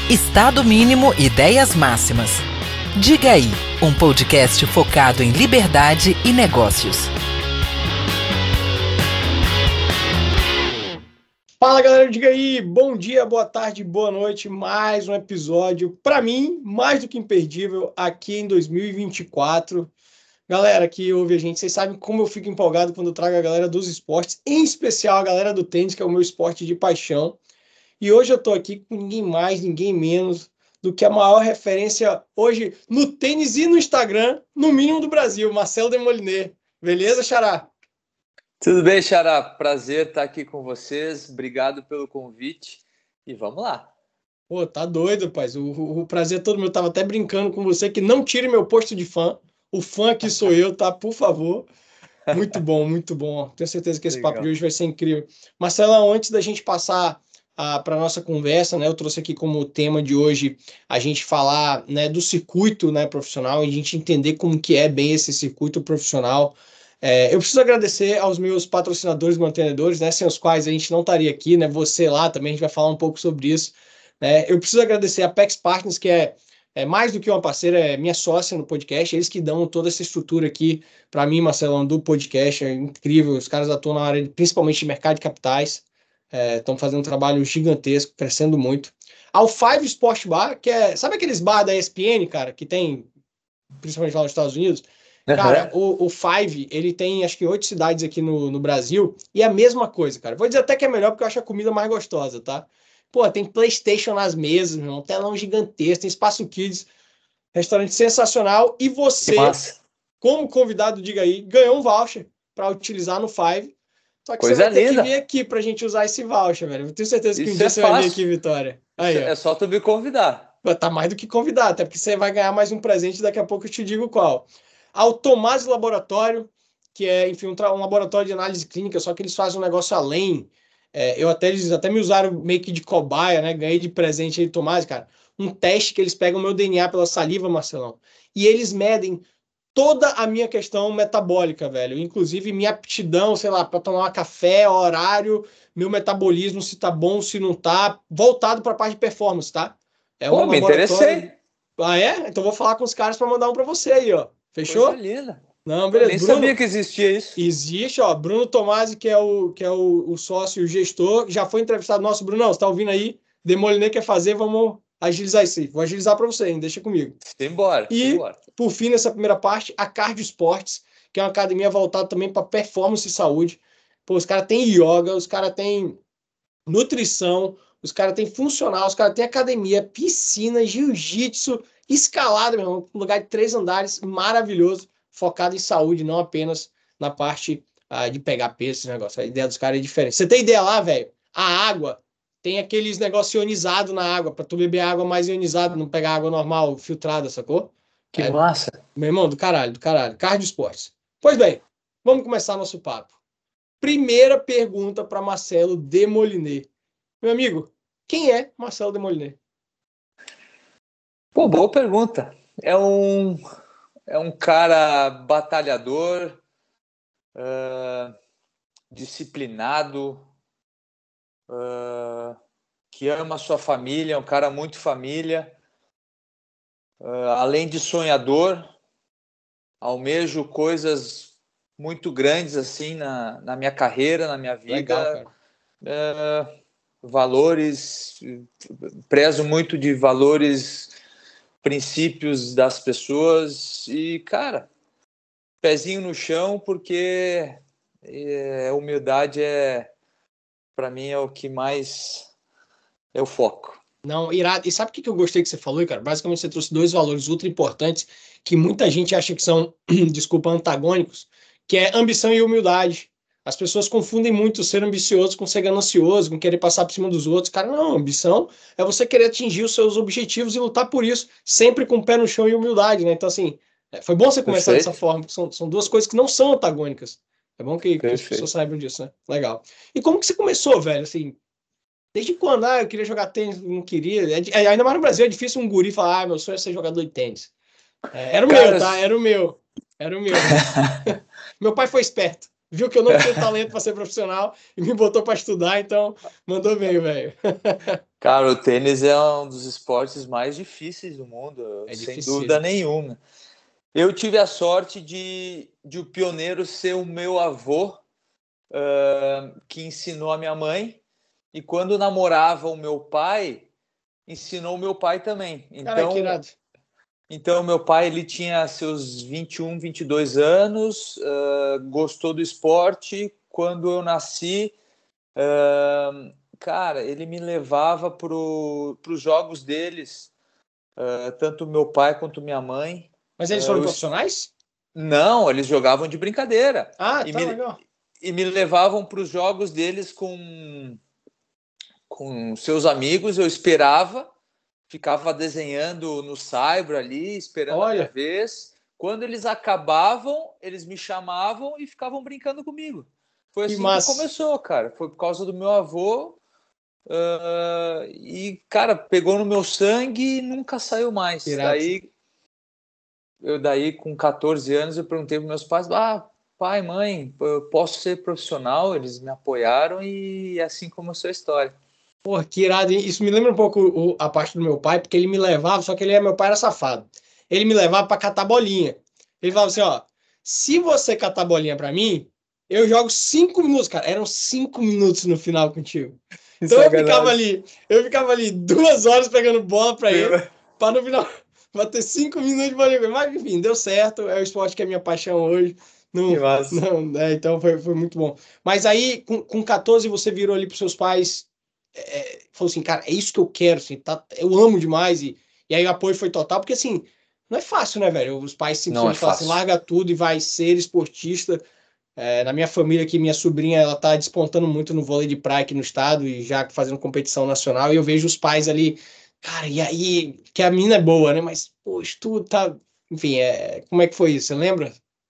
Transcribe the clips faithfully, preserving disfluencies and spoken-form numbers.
Estado Mínimo, Ideias Máximas. Diga aí, um podcast focado em liberdade e negócios. Fala galera, diga aí, bom dia, boa tarde, boa noite, mais um episódio, para mim, mais do que imperdível, aqui em dois mil e vinte e quatro. Galera que ouve a gente, vocês sabem como eu fico empolgado quando eu trago a galera dos esportes, em especial a galera do tênis, que é o meu esporte de paixão. E hoje eu tô aqui com ninguém mais, ninguém menos do que a maior referência hoje no tênis e no Instagram, no mínimo do Brasil, Marcelo Demoliner. Beleza, Xará? Tudo bem, Xará? Prazer estar aqui com vocês. Obrigado pelo convite. E vamos lá. Pô, tá doido, rapaz. O, o, o prazer é todo meu. Eu tava até brincando com você que não tire meu posto de fã. O fã aqui sou eu, tá? Por favor. Muito bom, muito bom. Tenho certeza que esse Legal. papo de hoje vai ser incrível. Marcelo, antes da gente passar ah, para a nossa conversa, né? Eu trouxe aqui como tema de hoje a gente falar, né, do circuito, né, profissional e a gente entender como que é bem esse circuito profissional. É, eu preciso agradecer aos meus patrocinadores e mantenedores, né, sem os quais a gente não estaria aqui, né? Você lá também, a gente vai falar um pouco sobre isso. Né? Eu preciso agradecer a Apex Partners, que é, é mais do que uma parceira, é minha sócia no podcast, eles que dão toda essa estrutura aqui para mim, Marcelão, do podcast, é incrível, os caras atuam na área, de, principalmente de mercado de capitais, estão é, fazendo um trabalho gigantesco, crescendo muito. Ao Five Sport Bar, que é, sabe aqueles bar da E S P N, cara, que tem, principalmente lá nos Estados Unidos? Uhum. Cara, o, o Five, ele tem acho que oito cidades aqui no, no Brasil, e é a mesma coisa, cara. Vou dizer até que é melhor, porque eu acho a comida mais gostosa, tá? Pô, tem PlayStation nas mesas, meu, um telão gigantesco, tem espaço kids, restaurante sensacional. E você, como convidado, diga aí, ganhou um voucher para utilizar no Five. Só que Coisa você vai ter linda. que vir aqui pra gente usar esse voucher, velho. Eu tenho certeza que Isso um dia é você fácil. vai vir aqui, Vitória. Aí, é só tu me convidar. Tá mais do que convidado, até porque você vai ganhar mais um presente, daqui a pouco eu te digo qual. Ao Tomás Laboratório, que é, enfim, um, um laboratório de análise clínica, só que eles fazem um negócio além. É, eu até, eles até me usaram meio que de cobaia, né? Ganhei de presente aí, Tomás, cara. Um teste que eles pegam o meu D N A pela saliva, Marcelão. E eles medem toda a minha questão metabólica, velho. Inclusive minha aptidão, sei lá, para tomar café, horário, meu metabolismo, se tá bom, se não tá. Voltado para a parte de performance, tá? É um Pô, me interessei. Ah, é? Então vou falar com os caras para mandar um para você aí, ó. Fechou? Coisa linda. Não, beleza. Eu nem Bruno, sabia que existia isso. Existe, ó. Bruno Tomasi, que é o, que é o, o sócio e o gestor, já foi entrevistado nosso. Bruno, você tá ouvindo aí? Demoliner quer fazer, vamos agilizar isso aí. Vou agilizar para você, hein? Deixa comigo. Simbora, E, simbora. por fim, nessa primeira parte, a Cardio Sports, que é uma academia voltada também para performance e saúde. Pô, os caras têm yoga, os caras têm nutrição, os caras têm funcional, os caras têm academia, piscina, jiu-jitsu, escalada, meu irmão, um lugar de três andares, maravilhoso, focado em saúde, não apenas na parte ah, de pegar peso, esse negócio. A ideia dos caras é diferente. Você tem ideia lá, velho? A água tem aqueles negócios ionizados na água, para tu beber água mais ionizada, não pegar água normal, filtrada, sacou? Que é, massa. Meu irmão, do caralho, do caralho. Cardio Esportes. Pois bem, vamos começar nosso papo. Primeira pergunta para Marcelo Demoliner. Meu amigo, quem é Marcelo Demoliner? Pô, boa pergunta. É um, é um cara batalhador, uh, disciplinado, uh, que ama a sua família, é um cara muito família. Uh, além de sonhador, almejo coisas muito grandes assim na, na minha carreira, na minha vida. Legal, cara. Uh, valores, prezo muito de valores, princípios das pessoas e, cara, pezinho no chão, porque é, humildade é, para mim, é o que mais é o foco. Não, irado. E sabe o que eu gostei que você falou, cara? Basicamente você trouxe dois valores ultra importantes que muita gente acha que são, desculpa, antagônicos, que é ambição e humildade. As pessoas confundem muito ser ambicioso com ser ganancioso, com querer passar por cima dos outros. Cara, não, ambição é você querer atingir os seus objetivos e lutar por isso, sempre com o pé no chão e humildade, né? Então, assim, foi bom você começar Perfeito. dessa forma, porque são, são duas coisas que não são antagônicas. É bom que, que as pessoas saibam disso, né? Legal. E como que você começou, velho? Assim, desde quando? Ah, eu queria jogar tênis, não queria. É, ainda mais no Brasil, é difícil um guri falar, ah, meu sonho é ser jogador de tênis. É, era o Cara, meu, tá? Era o meu. Era o meu. Meu pai foi esperto. viu que eu não tinha talento para ser profissional e me botou para estudar, então mandou bem, velho. Cara, o tênis é um dos esportes mais difíceis do mundo, É sem difícil. dúvida nenhuma. Eu tive a sorte de, de o pioneiro ser o meu avô, uh, que ensinou a minha mãe, e quando namorava o meu pai, ensinou o meu pai também. Caraca, que Então, irado. então meu pai ele tinha seus vinte e um, vinte e dois anos, uh, gostou do esporte. Quando eu nasci, uh, cara, ele me levava para os jogos deles, uh, tanto meu pai quanto minha mãe. Mas eles foram Uh, profissionais? Não, eles jogavam de brincadeira. Ah, E tá me, legal. e me levavam para os jogos deles com, com seus amigos. Eu esperava, ficava desenhando no Saibro ali, esperando a minha Olha, vez. Quando eles acabavam, eles me chamavam e ficavam brincando comigo. Foi que assim que massa. começou, cara. Foi por causa do meu avô. Uh, e, cara, pegou no meu sangue e nunca saiu mais. Irado. Daí, eu daí com catorze anos, eu perguntei para meus pais, ah, pai, mãe, eu posso ser profissional? Eles me apoiaram e assim começou a história. Pô, que irado. Isso me lembra um pouco o- a parte do meu pai, porque ele me levava, só que ele, meu pai era safado. Ele me levava para catar bolinha. Ele falava assim, ó, se você catar bolinha para mim, eu jogo cinco minutos, cara. Eram cinco minutos no final contigo. Então eu ficava ali, eu ficava ali duas horas pegando bola para ele, para no final bater cinco minutos de bolinha. Mas enfim, deu certo. É o esporte que é minha paixão hoje. Não, Que massa. não, é, então foi, foi muito bom. Mas aí, com, com catorze, você virou ali para seus pais, é, falou assim, cara, é isso que eu quero, assim, tá, eu amo demais. E, e aí o apoio foi total, porque assim, não é fácil, né, velho? Os pais Não é simplesmente falam assim, fácil. larga tudo e vai ser esportista. É, na minha família aqui, minha sobrinha, ela tá despontando muito no vôlei de praia aqui no estado e já fazendo competição nacional. E eu vejo os pais ali, cara, e aí, que a mina é boa, né? Mas, pô, tudo tá. Enfim, é... como é que foi isso? Você lembra?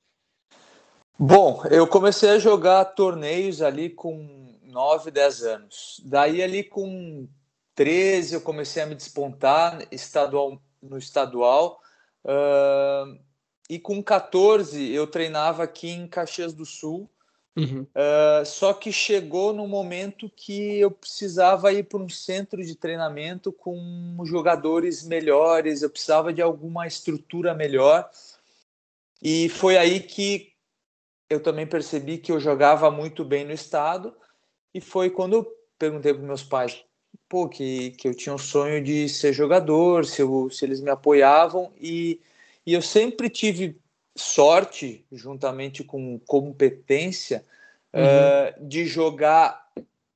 Bom, eu comecei a jogar torneios ali com nove, dez anos. Daí ali com treze eu comecei a me despontar estadual, no estadual. Uh, e com catorze eu treinava aqui em Caxias do Sul. Uhum. Uh, só que chegou no momento que eu precisava ir para um centro de treinamento com jogadores melhores, eu precisava de alguma estrutura melhor. E foi aí que eu também percebi que eu jogava muito bem no estado, e foi quando eu perguntei para meus pais, pô, que, que eu tinha um sonho de ser jogador, se, eu, se eles me apoiavam, e, e eu sempre tive sorte, juntamente com competência, Uhum. uh, de jogar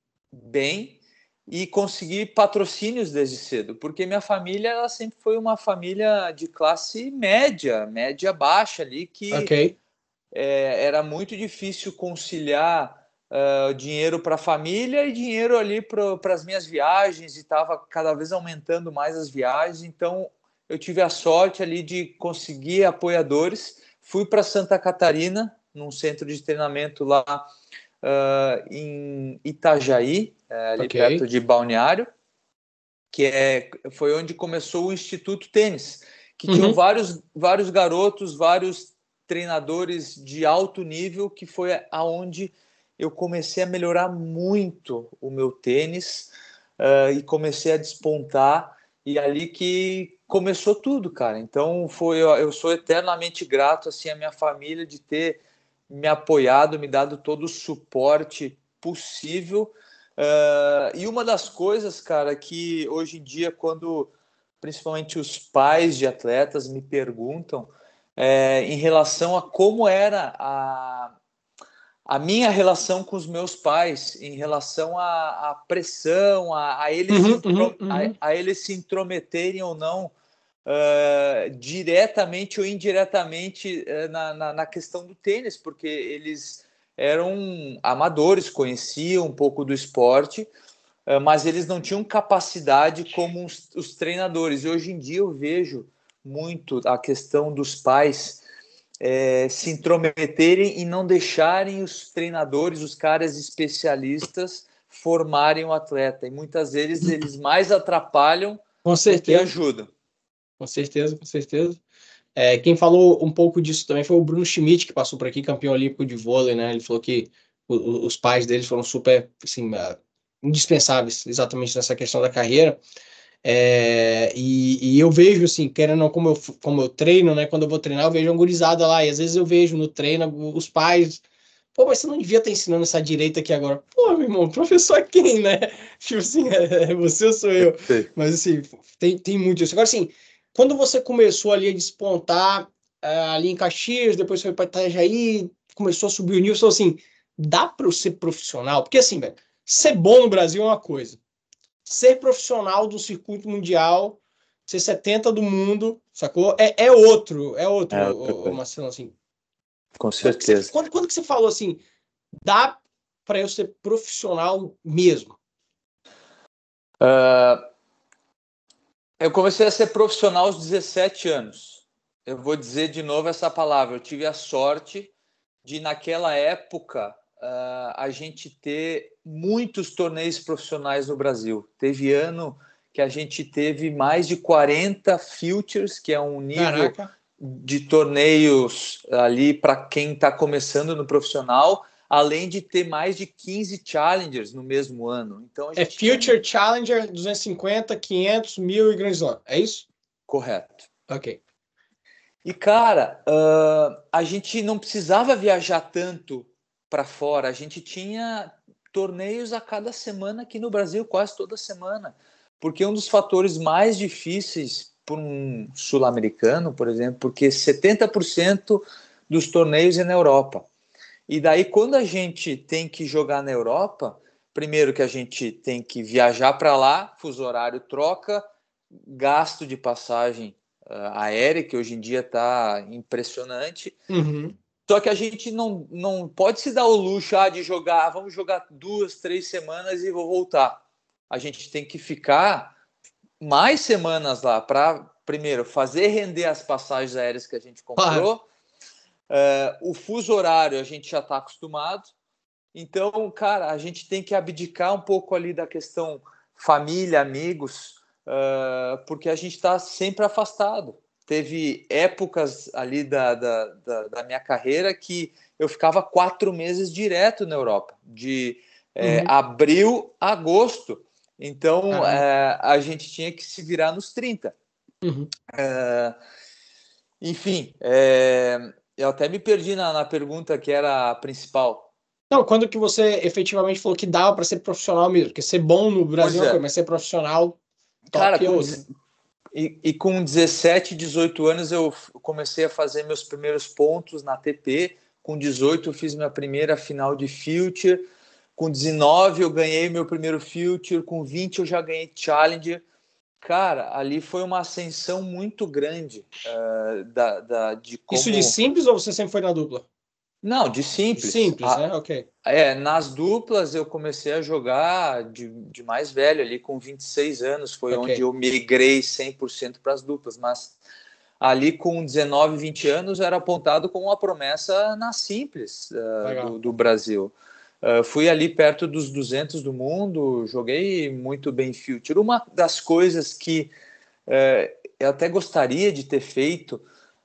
bem e conseguir patrocínios desde cedo, porque minha família ela sempre foi uma família de classe média, média baixa ali, que Ok. é, era muito difícil conciliar uh, dinheiro para a família e dinheiro ali para as minhas viagens, e estava cada vez aumentando mais as viagens. Então eu tive a sorte ali de conseguir apoiadores. Fui para Santa Catarina, num centro de treinamento lá uh, em Itajaí, uh, ali Ok. perto de Balneário, que é, foi onde começou o Instituto Tênis, que tinham Uhum. vários, vários garotos, vários treinadores de alto nível, que foi aonde eu comecei a melhorar muito o meu tênis uh, e comecei a despontar, e ali que começou tudo, cara. Então foi, eu sou eternamente grato assim à minha família de ter me apoiado, me dado todo o suporte possível. Uh, e uma das coisas, cara, que hoje em dia, quando principalmente os pais de atletas me perguntam é, em relação a como era a, a minha relação com os meus pais, em relação à, à pressão, a, a, eles se Uhum, intro, uhum, a, uhum. a eles se intrometerem ou não, uh, diretamente ou indiretamente uh, na, na, na questão do tênis, porque eles eram amadores, conheciam um pouco do esporte, mas eles não tinham capacidade como os, os treinadores. E hoje em dia eu vejo muito a questão dos pais é, se intrometerem e não deixarem os treinadores, os caras especialistas, formarem o atleta. E muitas vezes eles mais atrapalham Com do que certeza. ajudam. Com certeza, com certeza. É, quem falou um pouco disso também foi o Bruno Schmidt, que passou por aqui, campeão olímpico de vôlei, né? Ele falou que o, o, os pais deles foram super, assim, uh, indispensáveis exatamente nessa questão da carreira. É, e, e eu vejo, assim, querendo ou não, como eu, como eu treino, né? Quando eu vou treinar, eu vejo uma gurizada lá, e às vezes eu vejo no treino os pais. Pô, mas você não devia estar ensinando essa direita aqui agora. Pô, meu irmão, professor é quem, né? Tipo assim, é, é você ou sou eu? Sim. Mas assim, tem, tem muito isso. Agora, assim, quando você começou ali a despontar, é, ali em Caxias, depois foi para Itajaí, começou a subir o nível, você falou assim, dá para eu ser profissional? Porque assim, velho, ser bom no Brasil é uma coisa. Ser profissional do circuito mundial, ser setenta do mundo, sacou? É, é outro, é outro, É outra ô, ô, coisa. Marcelo, assim. Com Quando que você, certeza. quando, quando que você falou assim, dá para eu ser profissional mesmo? Uh, eu comecei a ser profissional aos dezessete anos. Eu vou dizer de novo essa palavra. Eu tive a sorte de, naquela época, uh, a gente ter muitos torneios profissionais no Brasil. Teve ano que a gente teve mais de quarenta Futures, que é um nível Caraca. de torneios ali para quem está começando no profissional, além de ter mais de quinze Challengers no mesmo ano. Então a É gente tinha um... Future Challenger duzentos e cinquenta, quinhentos, mil e Grand Slam, é isso? Correto. Ok. E, cara, uh, a gente não precisava viajar tanto para fora. A gente tinha torneios a cada semana aqui no Brasil, quase toda semana. Porque um dos fatores mais difíceis para um sul-americano, por exemplo, porque setenta por cento dos torneios é na Europa. E daí, quando a gente tem que jogar na Europa, primeiro que a gente tem que viajar para lá, fuso horário troca, gasto de passagem uh, aérea, que hoje em dia está impressionante. Uhum. Só que a gente não, não pode se dar o luxo ah, de jogar, vamos jogar duas, três semanas e vou voltar. A gente tem que ficar mais semanas lá para, primeiro, fazer render as passagens aéreas que a gente comprou. Claro. Uh, o fuso horário a gente já está acostumado. Então, cara, a gente tem que abdicar um pouco ali da questão família, amigos, uh, porque a gente está sempre afastado. Teve épocas ali da, da, da, da minha carreira que eu ficava quatro meses direto na Europa, de é, Uhum. abril a agosto. Então, é, a gente tinha que se virar nos trinta. Uhum. É, enfim, é, eu até me perdi na, na pergunta que era a principal. Não, quando que você efetivamente falou que dava para ser profissional mesmo? Porque ser bom no Brasil Pois é uma é. coisa, mas ser profissional Cara, top é com, outra. e, e com dezessete, dezoito anos eu comecei a fazer meus primeiros pontos na A T P. Com dezoito eu fiz minha primeira final de Future. Com dezenove eu ganhei meu primeiro Future. Com vinte eu já ganhei Challenger. Cara, ali foi uma ascensão muito grande uh, da, da, de como... Isso de simples ou você sempre foi na dupla? Não, de simples. Simples, A, né? Ok. É, nas duplas eu comecei a jogar de, de mais velho, ali com vinte e seis anos, foi Ok. onde eu migrei cem por cento para as duplas, mas ali com dezenove, vinte anos eu era apontado como uma promessa na simples uh, do, do Brasil. Uh, fui ali perto dos duzentos do mundo, joguei muito bem Future. Uma das coisas que uh, eu até gostaria de ter feito,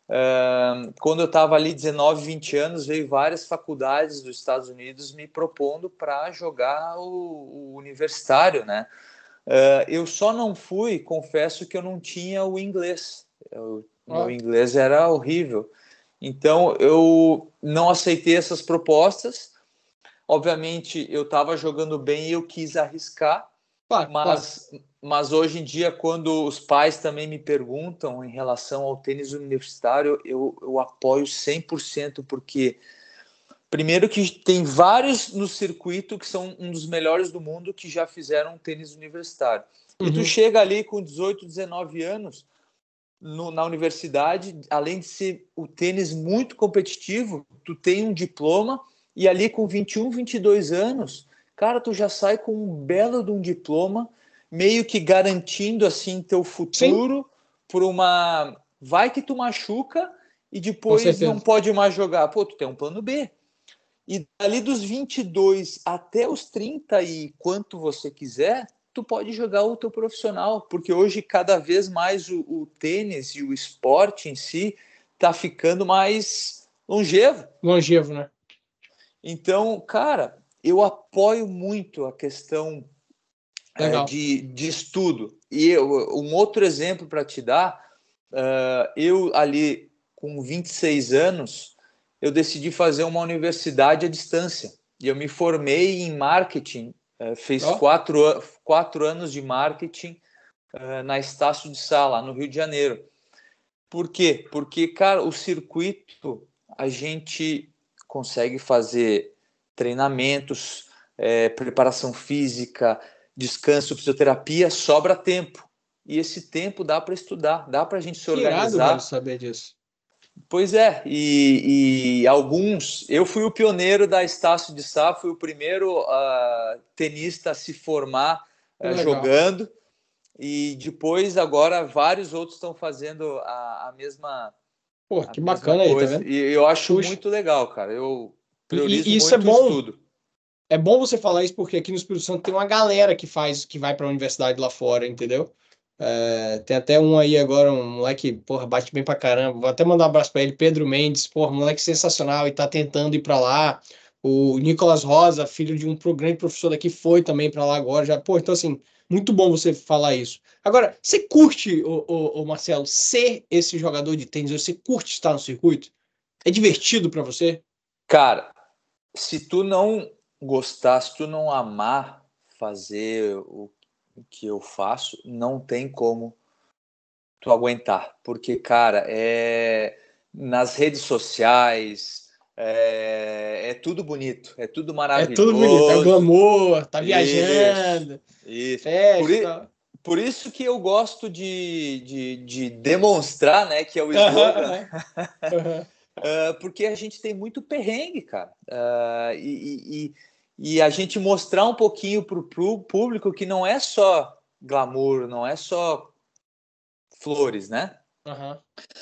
Uh, quando eu estava ali dezenove, vinte anos, veio várias faculdades dos Estados Unidos me propondo para jogar o, o universitário, né? Uh, eu só não fui, confesso que eu não tinha o inglês. Eu, Oh. Meu inglês era horrível. Então eu não aceitei essas propostas. Obviamente eu estava jogando bem e eu quis arriscar. Claro, Mas, claro. mas hoje em dia, quando os pais também me perguntam em relação ao tênis universitário, eu, eu apoio cem por cento, porque primeiro que tem vários no circuito que são um dos melhores do mundo que já fizeram tênis universitário. E Uhum. tu chega ali com dezoito, dezenove anos no, na universidade, além de ser o tênis muito competitivo, tu tem um diploma e ali com vinte e um, vinte e dois anos... Cara, tu já sai com um belo de um diploma, meio que garantindo assim teu futuro. Sim. Por uma... Vai que tu machuca e depois não pode mais jogar. Pô, tu tem um plano B. E ali dos vinte e dois até os trinta e quanto você quiser, tu pode jogar o teu profissional. Porque hoje, cada vez mais, o, o tênis e o esporte em si tá ficando mais longevo. Longevo, né? Então, cara, eu apoio muito a questão é, Legal. de, de estudo. E eu, um outro exemplo para te dar, uh, eu ali com vinte e seis anos, eu decidi fazer uma universidade à distância. E eu me formei em marketing, uh, fiz Oh. quatro, quatro anos de marketing uh, na Estácio de Sá, lá no Rio de Janeiro. Por quê? Porque, cara, o circuito, a gente consegue fazer treinamentos, é, preparação física, descanso, fisioterapia, sobra tempo. E esse tempo dá para estudar, dá para a gente se Que organizar. irado, velho, saber disso. Pois é, e, e alguns... Eu fui o pioneiro da Estácio de Sá, fui o primeiro uh, tenista a se formar uh, jogando. E depois, agora, vários outros estão fazendo a, a mesma, Pô, a que mesma bacana coisa. Aí, tá vendo? E eu acho Puxa. muito legal, cara. Eu priorizo e, e isso muito é bom. o estudo. É bom você falar isso porque aqui no Espírito Santo tem uma galera que faz, que vai para a universidade lá fora, entendeu? É, tem até um aí agora, um moleque, porra, bate bem pra caramba. Vou até mandar um abraço para ele, Pedro Mendes, porra, moleque sensacional e tá tentando ir para lá. O Nicolas Rosa, filho de um grande professor daqui, foi também para lá agora. Já, pô, então assim, muito bom você falar isso. Agora, você curte, ô, ô, ô Marcelo, ser esse jogador de tênis? Você curte estar no circuito? É divertido para você? Cara, se tu não gostar, se tu não amar fazer o que eu faço, não tem como tu aguentar. Porque, cara, é nas redes sociais, é, é tudo bonito, é tudo É maravilhoso. tudo bonito, é o glamour, tá Isso, viajando, isso. Por, i- festa. por isso que eu gosto de, de, de demonstrar, né, que é o Aham, slogan, aham, aham. uh, porque a gente tem muito perrengue, cara. Uh, e, e, e a gente mostrar um pouquinho para o público que não é só glamour, não é só flores, né? Aham.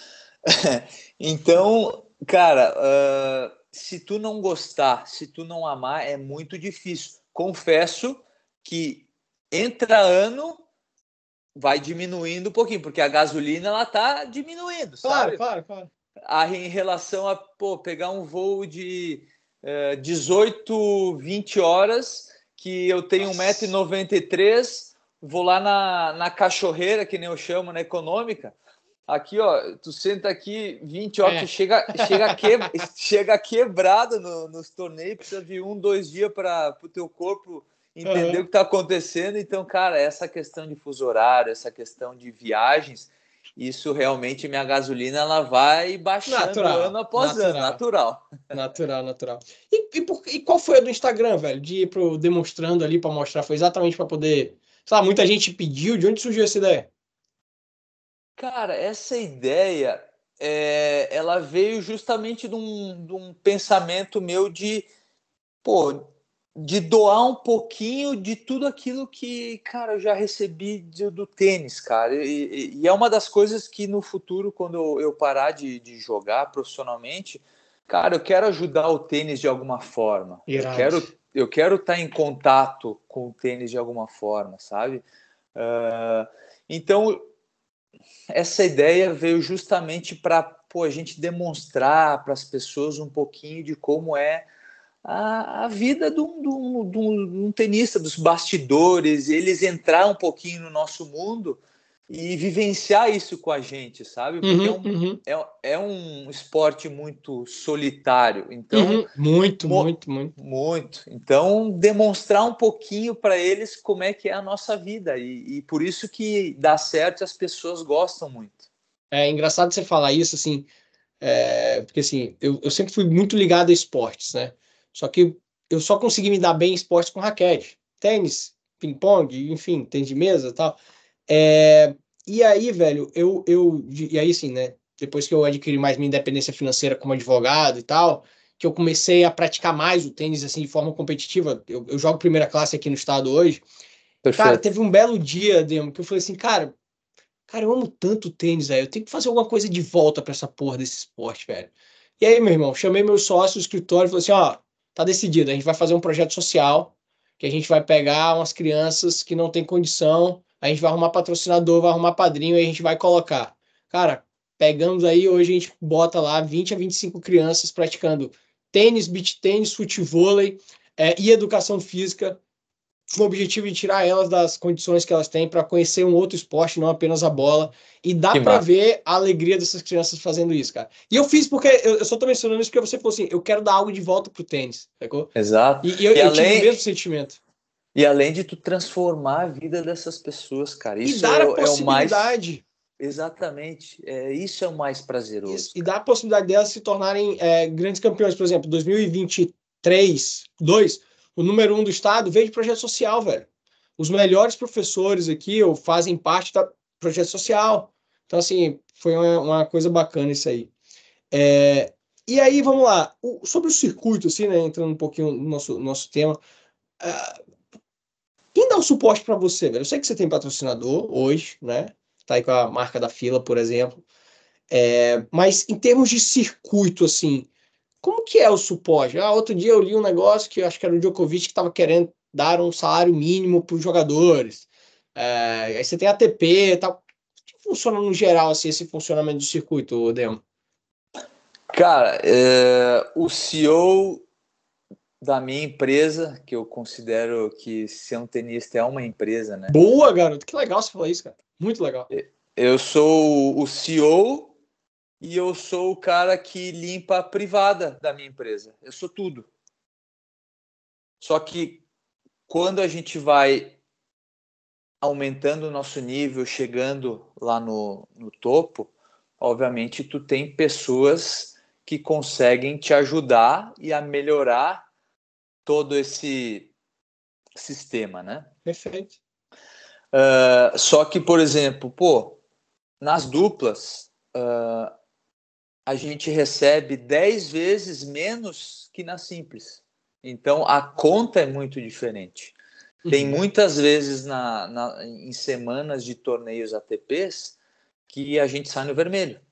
Então, cara, uh, se tu não gostar, se tu não amar, é muito difícil. Confesso que entra ano, vai diminuindo um pouquinho, porque a gasolina ela tá diminuindo, Claro, sabe? claro, claro. Aí, em relação a pô, pegar um voo de uh, dezoito, vinte horas, que eu tenho um metro e noventa e três, vou lá na, na cachorreira, que nem eu chamo, na econômica. Aqui, ó, tu senta aqui vinte horas, É. tu chega, chega, que, chega quebrado no, nos torneios, precisa de um, dois dias para o teu corpo entender Aham. o que está acontecendo. Então, cara, essa questão de fuso horário, essa questão de viagens, isso realmente, minha gasolina, ela vai baixando Natural, ano após natural, ano, natural. natural, natural. E, e, por- e qual foi a do Instagram, velho? De ir pro demonstrando ali para mostrar, foi exatamente para poder. Sabe, muita gente pediu, de onde surgiu essa ideia? Cara, essa ideia, é, ela veio justamente de um, de um pensamento meu de, pô, de doar um pouquinho de tudo aquilo que, cara, eu já recebi de, do tênis, cara. E, e- e é uma das coisas que no futuro, quando eu, eu parar de, de jogar profissionalmente, cara, eu quero ajudar o tênis de alguma forma. Eu Irado. quero, eu quero estar em contato com o tênis de alguma forma, sabe? Ah, então, essa ideia veio justamente para a gente demonstrar para as pessoas um pouquinho de como é a, a vida de um, de, um, de, um, de um tenista, dos bastidores, eles entrar um pouquinho no nosso mundo e vivenciar isso com a gente, sabe? Porque é Uhum, um, uhum, é, é um esporte muito solitário, então, uhum. Muito, mo, muito, muito. muito. Então, demonstrar um pouquinho para eles como é que é a nossa vida e, e por isso que dá certo e as pessoas gostam muito. É engraçado você falar isso, assim, é, porque assim, eu, eu sempre fui muito ligado a esportes, né? Só que eu só consegui me dar bem em esportes com raquete. Tênis, ping-pong, enfim, tênis de mesa e tal. É, e aí, velho, eu, eu. E aí, sim, né? Depois que eu adquiri mais minha independência financeira como advogado e tal, que eu comecei a praticar mais o tênis, assim, de forma competitiva. Eu, eu jogo primeira classe aqui no estado hoje. Cara, Perfeito. teve um belo dia, Demo, que eu falei assim, cara. Cara, eu amo tanto tênis, velho. Eu tenho que fazer alguma coisa de volta pra essa porra desse esporte, velho. E aí, meu irmão, chamei meu sócio do escritório e falei assim: ó, tá decidido, a gente vai fazer um projeto social, que a gente vai pegar umas crianças que não têm condição, a gente vai arrumar patrocinador, vai arrumar padrinho e a gente vai colocar. Cara, pegamos aí, hoje a gente bota lá vinte a vinte e cinco crianças praticando tênis, beach tênis, futevôlei é, e educação física, com o objetivo de tirar elas das condições que elas têm para conhecer um outro esporte, não apenas a bola. E dá para ver a alegria dessas crianças fazendo isso, cara. E eu fiz porque, eu, eu só tô mencionando isso porque você falou assim, eu quero dar algo de volta pro tênis, sacou? Exato. E, e eu, e eu além, tive o mesmo sentimento. E além de tu transformar a vida dessas pessoas, cara. Isso e dar é, a possibilidade. É o mais... Exatamente. É, isso é o mais prazeroso. Isso, e dar a possibilidade delas se tornarem é, grandes campeões. Por exemplo, dois mil e vinte e três, dois, o número um do estado veio de projeto social, velho. Os melhores professores aqui ou fazem parte do projeto social. Então, assim, foi uma, uma coisa bacana isso aí. É, e aí, vamos lá. O, sobre o circuito, assim, né, entrando um pouquinho no nosso, nosso tema, uh, quem dá o suporte para você, velho? Eu sei que você tem patrocinador hoje, né? Tá aí com a marca da Fila, por exemplo. É, mas em termos de circuito, assim, como que é o suporte? Ah, outro dia eu li um negócio que eu acho que era o Djokovic que estava querendo dar um salário mínimo para os jogadores. É, aí você tem a A T P e tal. Como que funciona no geral, assim, esse funcionamento do circuito, Demo? Cara, é, o C E O da minha empresa, que eu considero que ser um tenista é uma empresa, né? Boa, garoto. Que legal você falar isso, cara. Muito legal. Eu sou o C E O e eu sou o cara que limpa a privada da minha empresa. Eu sou tudo. Só que quando a gente vai aumentando o nosso nível, chegando lá no, no topo, obviamente tu tem pessoas que conseguem te ajudar e a melhorar todo esse sistema, né? Perfeito. Uh, só que, por exemplo, pô, nas duplas, uh, a gente recebe dez vezes menos que na simples. Então, a conta é muito diferente. Uhum. Tem muitas vezes na, na, em semanas de torneios A T Ps que a gente sai no vermelho.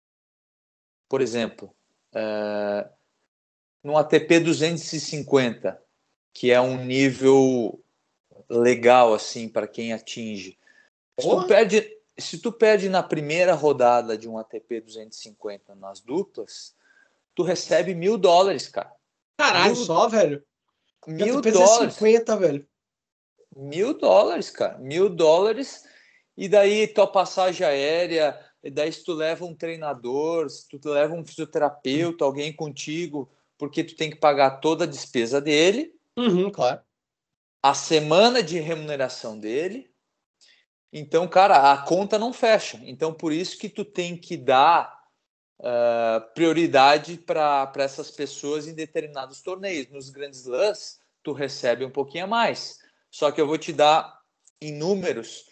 Por exemplo, uh, no A T P duzentos e cinquenta, que é um nível legal assim para quem atinge. Se tu, perde, se tu perde na primeira rodada de um A T P duzentos e cinquenta nas duplas, tu recebe mil dólares, cara. Caralho, mil, só, velho? Mil dólares. cinquenta, velho. Mil dólares, cara. Mil dólares. E daí tua passagem aérea, e daí se tu leva um treinador, se tu leva um fisioterapeuta, hum. alguém contigo, porque tu tem que pagar toda a despesa dele. Uhum, claro. A semana de remuneração dele. Então, cara, a conta não fecha. Então, por isso que tu tem que dar uh, prioridade para essas pessoas em determinados torneios. Nos grandes slams, tu recebe um pouquinho a mais. Só que eu vou te dar em números.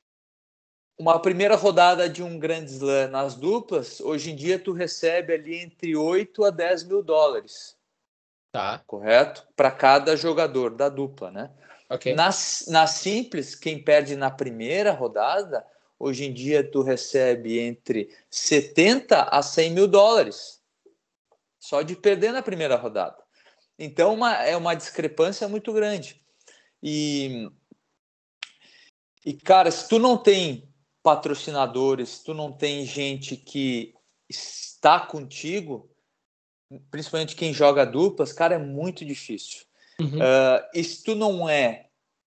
Uma primeira rodada de um grande slam nas duplas, hoje em dia tu recebe ali entre oito a dez mil dólares. Tá. Correto? Para cada jogador da dupla, né? Okay. Na, na simples, quem perde na primeira rodada, hoje em dia tu recebe entre setenta a cem mil dólares. Só de perder na primeira rodada. Então uma, é uma discrepância muito grande. E, e, cara, se tu não tem patrocinadores, se tu não tem gente que está contigo, principalmente quem joga duplas, cara, é muito difícil. Uhum. Uh, e se tu não é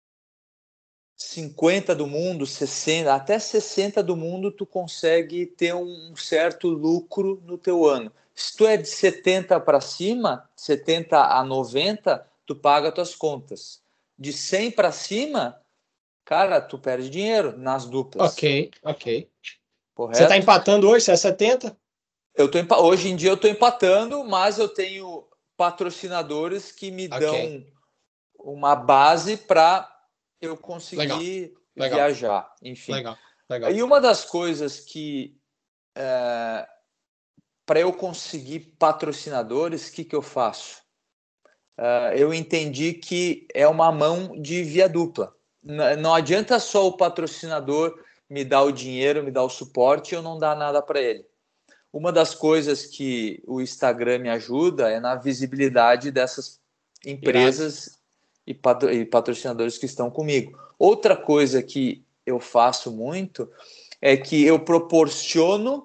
cinquenta do mundo, sessenta, até sessenta do mundo, tu consegue ter um certo lucro no teu ano. Se tu é de setenta para cima, setenta a noventa, tu paga tuas contas. De cem para cima, cara, tu perde dinheiro nas duplas. Ok, ok. Correto? Você tá empatando hoje? Você é setenta? Eu tô empa... Hoje em dia eu tô empatando, mas eu tenho patrocinadores que me okay. dão uma base para eu conseguir legal, viajar, legal, enfim. Legal, legal. E uma das coisas que, é, para eu conseguir patrocinadores, o que, que eu faço? É, eu entendi que é uma mão de via dupla. N- não adianta só o patrocinador me dar o dinheiro, me dar o suporte e eu não dar nada para ele. Uma das coisas que o Instagram me ajuda é na visibilidade dessas empresas e patrocinadores que estão comigo. Outra coisa que eu faço muito é que eu proporciono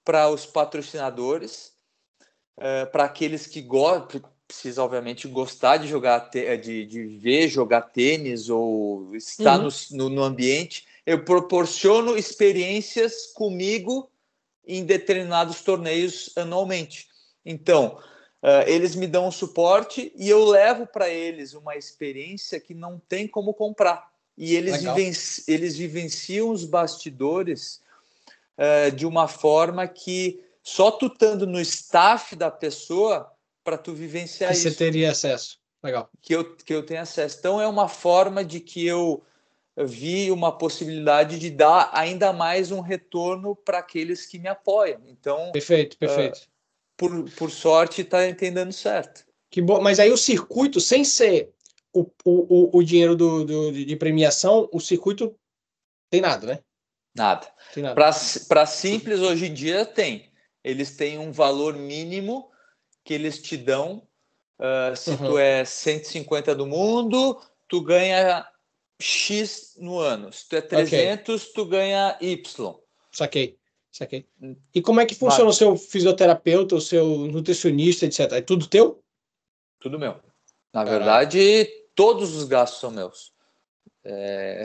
para os patrocinadores, uh, para aqueles que gostam, precisa obviamente gostar de jogar, de, de ver jogar tênis ou estar uhum. no, no, no ambiente. Eu proporciono experiências comigo em determinados torneios anualmente. Então, uh, eles me dão um suporte e eu levo para eles uma experiência que não tem como comprar. E eles, vivenci- eles vivenciam os bastidores uh, de uma forma que só tu estando no staff da pessoa para tu vivenciar que isso. Você teria acesso. Legal. Que eu, que eu tenho acesso. Então, é uma forma de que eu vi uma possibilidade de dar ainda mais um retorno para aqueles que me apoiam. Então, perfeito, perfeito. Uh, por, por sorte, está entendendo certo. Que bom. Mas aí o circuito, sem ser o, o, o dinheiro do, do, de premiação, o circuito tem nada, né? Nada. nada. Para simples, hoje em dia, tem. Eles têm um valor mínimo que eles te dão. Uh, se uhum. tu é cento e cinquenta do mundo, tu ganha X no ano. Se tu é trezentos, okay. tu ganha Y. Saquei, saquei. E como é que funciona Mas... o seu fisioterapeuta, o seu nutricionista, etcétera? É tudo teu? Tudo meu. Na Caralho. verdade, todos os gastos são meus. É...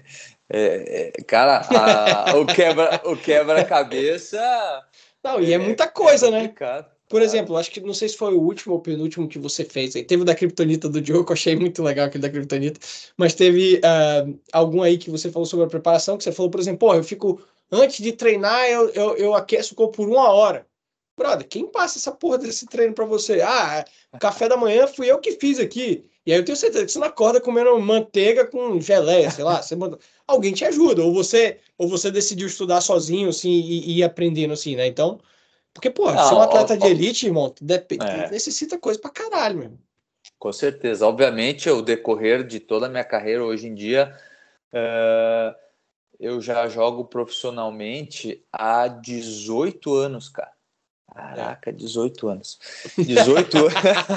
é, é, cara, a... o quebra, o quebra-cabeça... Não, e é, é muita coisa, é né? Por claro. exemplo, acho que não sei se foi o último ou penúltimo que você fez. Aí teve o da Kryptonita do Diogo, eu achei muito legal aquele da Kryptonita. Mas teve uh, algum aí que você falou sobre a preparação, que você falou, por exemplo, porra, eu fico... Antes de treinar, eu, eu, eu aqueço o corpo por uma hora. Brother, quem passa essa porra desse treino pra você? Ah, café da manhã fui eu que fiz aqui. E aí eu tenho certeza que você não acorda comendo manteiga com geleia, sei lá. Você manda... Alguém te ajuda. Ou você, ou você decidiu estudar sozinho, assim, e, e ir aprendendo, assim, né? Então... Porque, pô, ser um atleta ó, de elite, irmão, dep- é. necessita coisa pra caralho, meu. Com certeza. Obviamente, o decorrer de toda a minha carreira, hoje em dia, uh, eu já jogo profissionalmente há dezoito anos, cara. Caraca, dezoito anos. dezoito anos.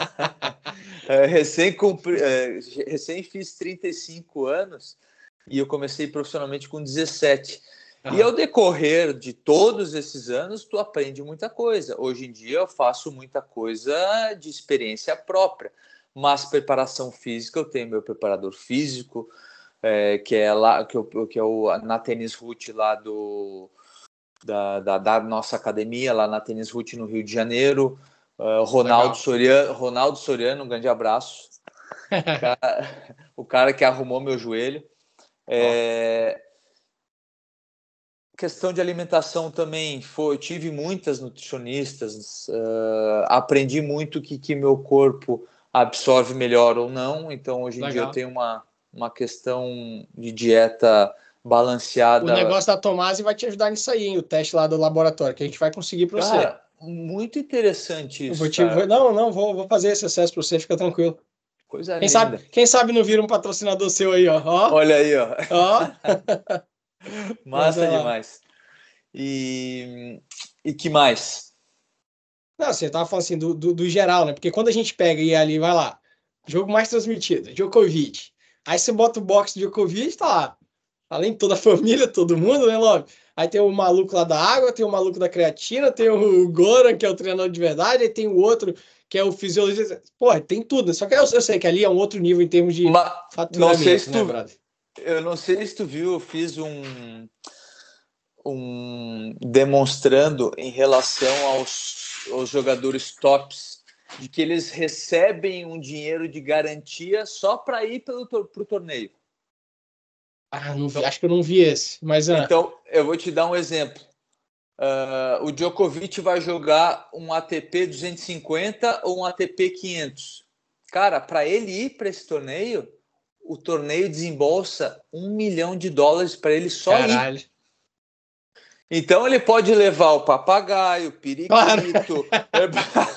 é, recém, cumpri, é, recém fiz trinta e cinco anos e eu comecei profissionalmente com dezessete. Uhum. E ao decorrer de todos esses anos, tu aprende muita coisa. Hoje em dia eu faço muita coisa de experiência própria, mas preparação física, eu tenho meu preparador físico, é, que é lá que, eu, que é o na Tênis Root lá do da, da, da nossa academia, lá na Tênis Root no Rio de Janeiro. Uh, Ronaldo Soriano, Ronaldo Soriano, um grande abraço. o, cara, o cara que arrumou meu joelho. É, questão de alimentação também foi, eu tive muitas nutricionistas, uh, aprendi muito que, que meu corpo absorve melhor ou não, então hoje em Legal. dia eu tenho uma, uma questão de dieta balanceada. O negócio da Tomasi vai te ajudar nisso aí, hein? O teste lá do laboratório, que a gente vai conseguir para você. Cara, muito interessante isso, vou te, vou, Não, não, vou, vou fazer esse acesso para você, fica tranquilo. Coisa quem linda. Sabe, quem sabe não vira um patrocinador seu aí, ó. ó. Olha aí, ó. ó. Massa demais. E, e que mais? Não, você tava falando assim, do, do, do geral, né? Porque quando a gente pega e ali, vai lá, jogo mais transmitido, Djokovic. Aí você bota o boxe de Djokovic, tá lá. Além de toda a família, todo mundo, né, logo? Aí tem o maluco lá da água, tem o maluco da creatina, tem o Goran, que é o treinador de verdade, aí tem o outro, que é o fisiologista. Pô, tem tudo. Só que eu, eu sei que ali é um outro nível em termos de Mas, faturamento, não sei se né, tu, brother? Eu não sei se tu viu, eu fiz um, um demonstrando em relação aos, aos jogadores tops, de que eles recebem um dinheiro de garantia só para ir para o torneio. Ah, não vi, então, acho que eu não vi esse. Mas, ah. Então, eu vou te dar um exemplo. Uh, o Djokovic vai jogar um A T P duzentos e cinquenta ou um A T P quinhentos. Cara, para ele ir para esse torneio, o torneio desembolsa um milhão de dólares para ele só Caralho. ir. Então ele pode levar o papagaio, o periquito, claro.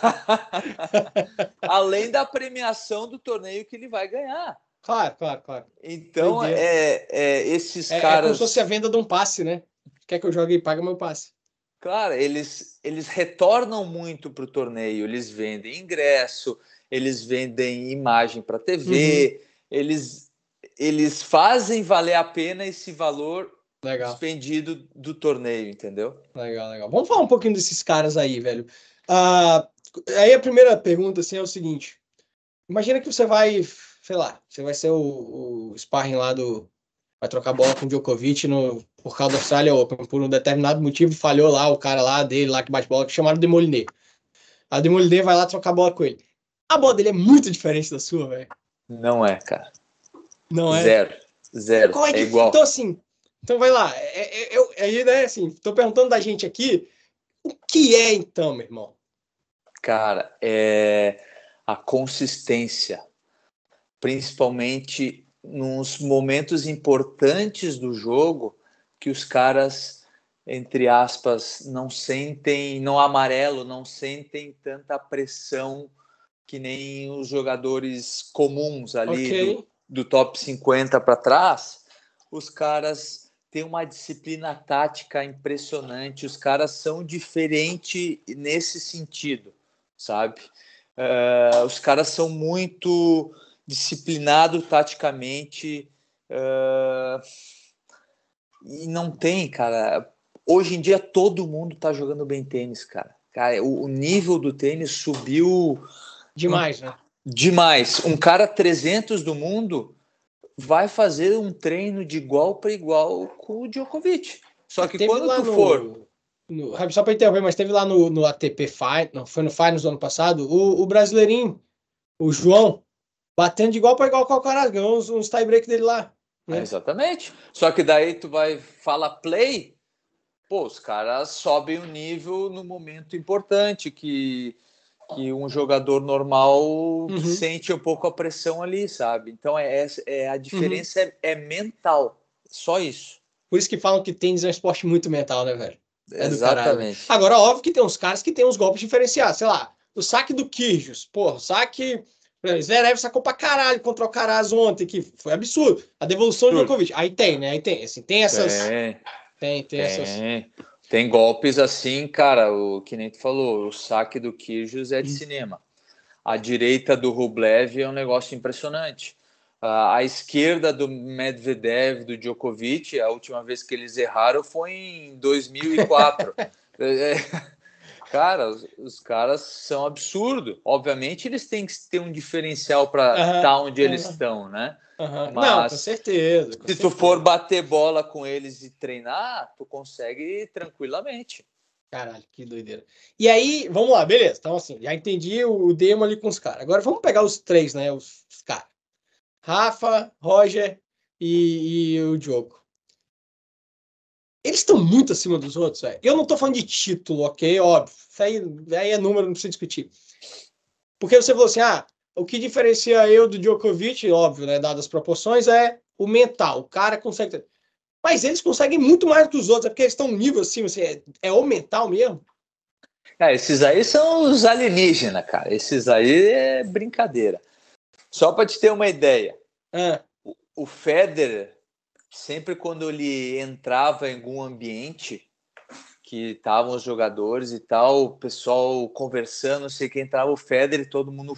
além da premiação do torneio que ele vai ganhar. Claro, claro, claro. Então é, é, esses é, caras... É como se fosse a venda de um passe, né? Quer que eu jogue e pague meu passe. Claro, eles, eles retornam muito para o torneio. Eles vendem ingresso, eles vendem imagem para T V, uhum. eles, eles fazem valer a pena esse valor Legal. suspendido do torneio, entendeu? Legal, legal. Vamos falar um pouquinho desses caras aí, velho. Ah, aí a primeira pergunta assim, é o seguinte. Imagina que você vai, sei lá, você vai ser o, o sparring lá do... Vai trocar bola com o Djokovic no, por causa da Australia Open. Por um determinado motivo, falhou lá o cara lá dele, lá que bate bola, que chamaram de Molineux. A de Molineux vai lá trocar bola com ele. A bola dele é muito diferente da sua, velho. Não é, cara. Não é? Zero. Zero. Qual é, que... é igual. Então, assim, então vai lá. É, é, eu, aí, né, assim, tô perguntando da gente aqui, o que é então, meu irmão? Cara, é a consistência, principalmente nos momentos importantes do jogo, que os caras, entre aspas, não sentem, no amarelo, não sentem tanta pressão que nem os jogadores comuns ali Ok. do, do top cinquenta para trás. Os caras têm uma disciplina tática impressionante, os caras são diferentes nesse sentido, sabe? Uh, os caras são muito disciplinados taticamente, uh, e não tem, cara. Hoje em dia todo mundo tá jogando bem tênis, cara. Cara, o, o nível do tênis subiu Demais, né? demais. Um cara trezentos do mundo vai fazer um treino de igual para igual com o Djokovic. Só que teve quando lá tu no, for... no, só para interromper, mas teve lá no, no A T P Finals, não, foi no Finals do ano passado, o, o brasileirinho, o João, batendo de igual para igual com o Alcaraz, ganhou uns, uns tie-break dele lá. Né? É, exatamente. Só que daí tu vai falar play, pô, os caras sobem o nível no momento importante, que, que um jogador normal Uhum. sente um pouco a pressão ali, sabe? Então é, é a diferença Uhum. é, é mental, só isso. Por isso que falam que tênis é um esporte muito mental, né, velho? É do caralho. Exatamente. Agora, óbvio que tem uns caras que tem uns golpes diferenciados. Sei lá, o saque do Kyrgios. Porra, o saque... Zverev sacou pra caralho contra o Alcaraz ontem, que foi absurdo. A devolução do Djokovic. Aí tem, né? Aí tem, assim, tem essas... Tem, tem, tem, tem essas... Tem golpes assim, cara, o que nem tu falou, o saque do Kyrgios é de Hum. cinema. A direita do Rublev é um negócio impressionante. A esquerda do Medvedev, do Djokovic, a última vez que eles erraram foi em dois mil e quatro. Cara, os, os caras são absurdos. Obviamente, eles têm que ter um diferencial para estar Aham, tá onde eles aham, estão, né? aham. Mas Não, com certeza. Com se certeza. tu for bater bola com eles e treinar, tu consegue tranquilamente. Caralho, que doideira. E aí, vamos lá, beleza. Então, assim, já entendi o demo ali com os caras. Agora vamos pegar os três, né? Os, os caras. Rafa, Roger e, e o Diogo. Eles estão muito acima dos outros, velho. Eu não tô falando de título, ok? Óbvio. Isso aí, aí é número, não precisa discutir. Porque você falou assim, ah, o que diferencia eu do Djokovic, óbvio, né? Dadas as proporções, é o mental. O cara consegue... Mas eles conseguem muito mais do que os outros, é porque eles estão um nível assim, assim é, é o mental mesmo. É, esses aí são os alienígenas, cara. Esses aí é brincadeira. Só para te ter uma ideia, Ah. o, o Federer, sempre quando ele entrava em algum ambiente que estavam os jogadores e tal, o pessoal conversando, não sei quem entrava, o Federer, todo mundo...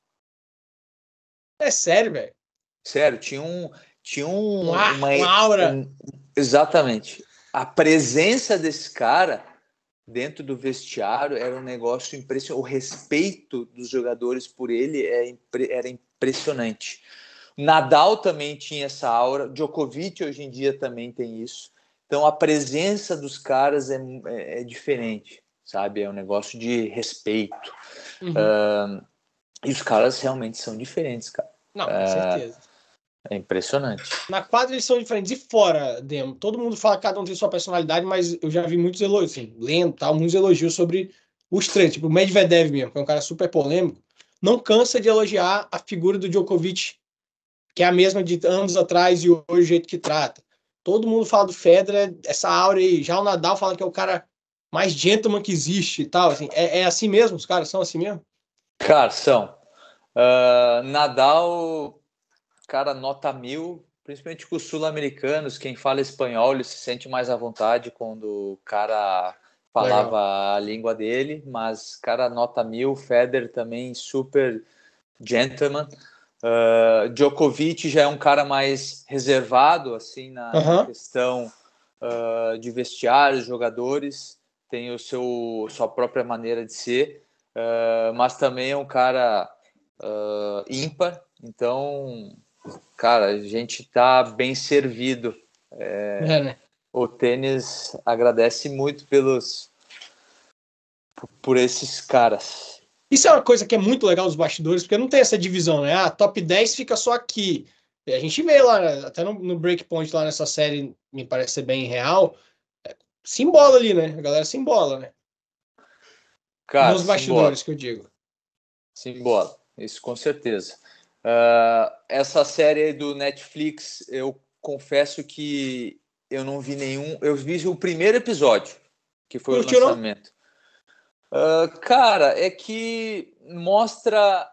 É sério, velho? Sério, tinha um... Tinha um, um ar, uma, uma aura. Um, exatamente. A presença desse cara dentro do vestiário era um negócio impressionante. O respeito dos jogadores por ele é, era impressionante. Nadal também tinha essa aura. Djokovic hoje em dia também tem isso. Então a presença dos caras é, é, é diferente, sabe? É um negócio de respeito. Uhum. Uh, e os caras realmente são diferentes, cara. Não, com uh, certeza. É impressionante. Na quadra eles são diferentes. E fora, Demo? Todo mundo fala que cada um tem sua personalidade, mas eu já vi muitos elogios, assim, lendo, tal, muitos elogios sobre os três. Tipo, o Medvedev mesmo, que é um cara super polêmico, não cansa de elogiar a figura do Djokovic, que é a mesma de anos atrás e hoje o jeito que trata. Todo mundo fala do Federer, essa aura aí. Já o Nadal fala que é o cara mais gentleman que existe e tal. Assim, é, é assim mesmo? Os caras são assim mesmo? Cara, são. Uh, Nadal, cara, nota mil, principalmente com os sul-americanos. Quem fala espanhol, ele se sente mais à vontade quando o cara falava Legal. A língua dele. Mas, cara, nota mil. Federer também, super gentleman. Uh, Djokovic já é um cara mais reservado, assim, na, uhum. na questão uh, de vestiário, jogadores, tem o seu sua própria maneira de ser, uh, mas também é um cara uh, ímpar. Então, cara, a gente tá bem servido. É, É, né? O tênis agradece muito pelos por esses caras. Isso é uma coisa que é muito legal dos bastidores, porque não tem essa divisão, né? Ah, top dez fica só aqui. E a gente vê lá, até no, no Breakpoint, lá nessa série, me parece ser bem real, se embola ali, né? A galera se embola, né? Cara, Nos simbora, bastidores, que eu digo. simbora. Isso com certeza. Uh, essa série aí do Netflix, eu confesso que eu não vi nenhum. Eu vi o primeiro episódio, que foi Curtiu, o não? lançamento. Uh, cara, é que mostra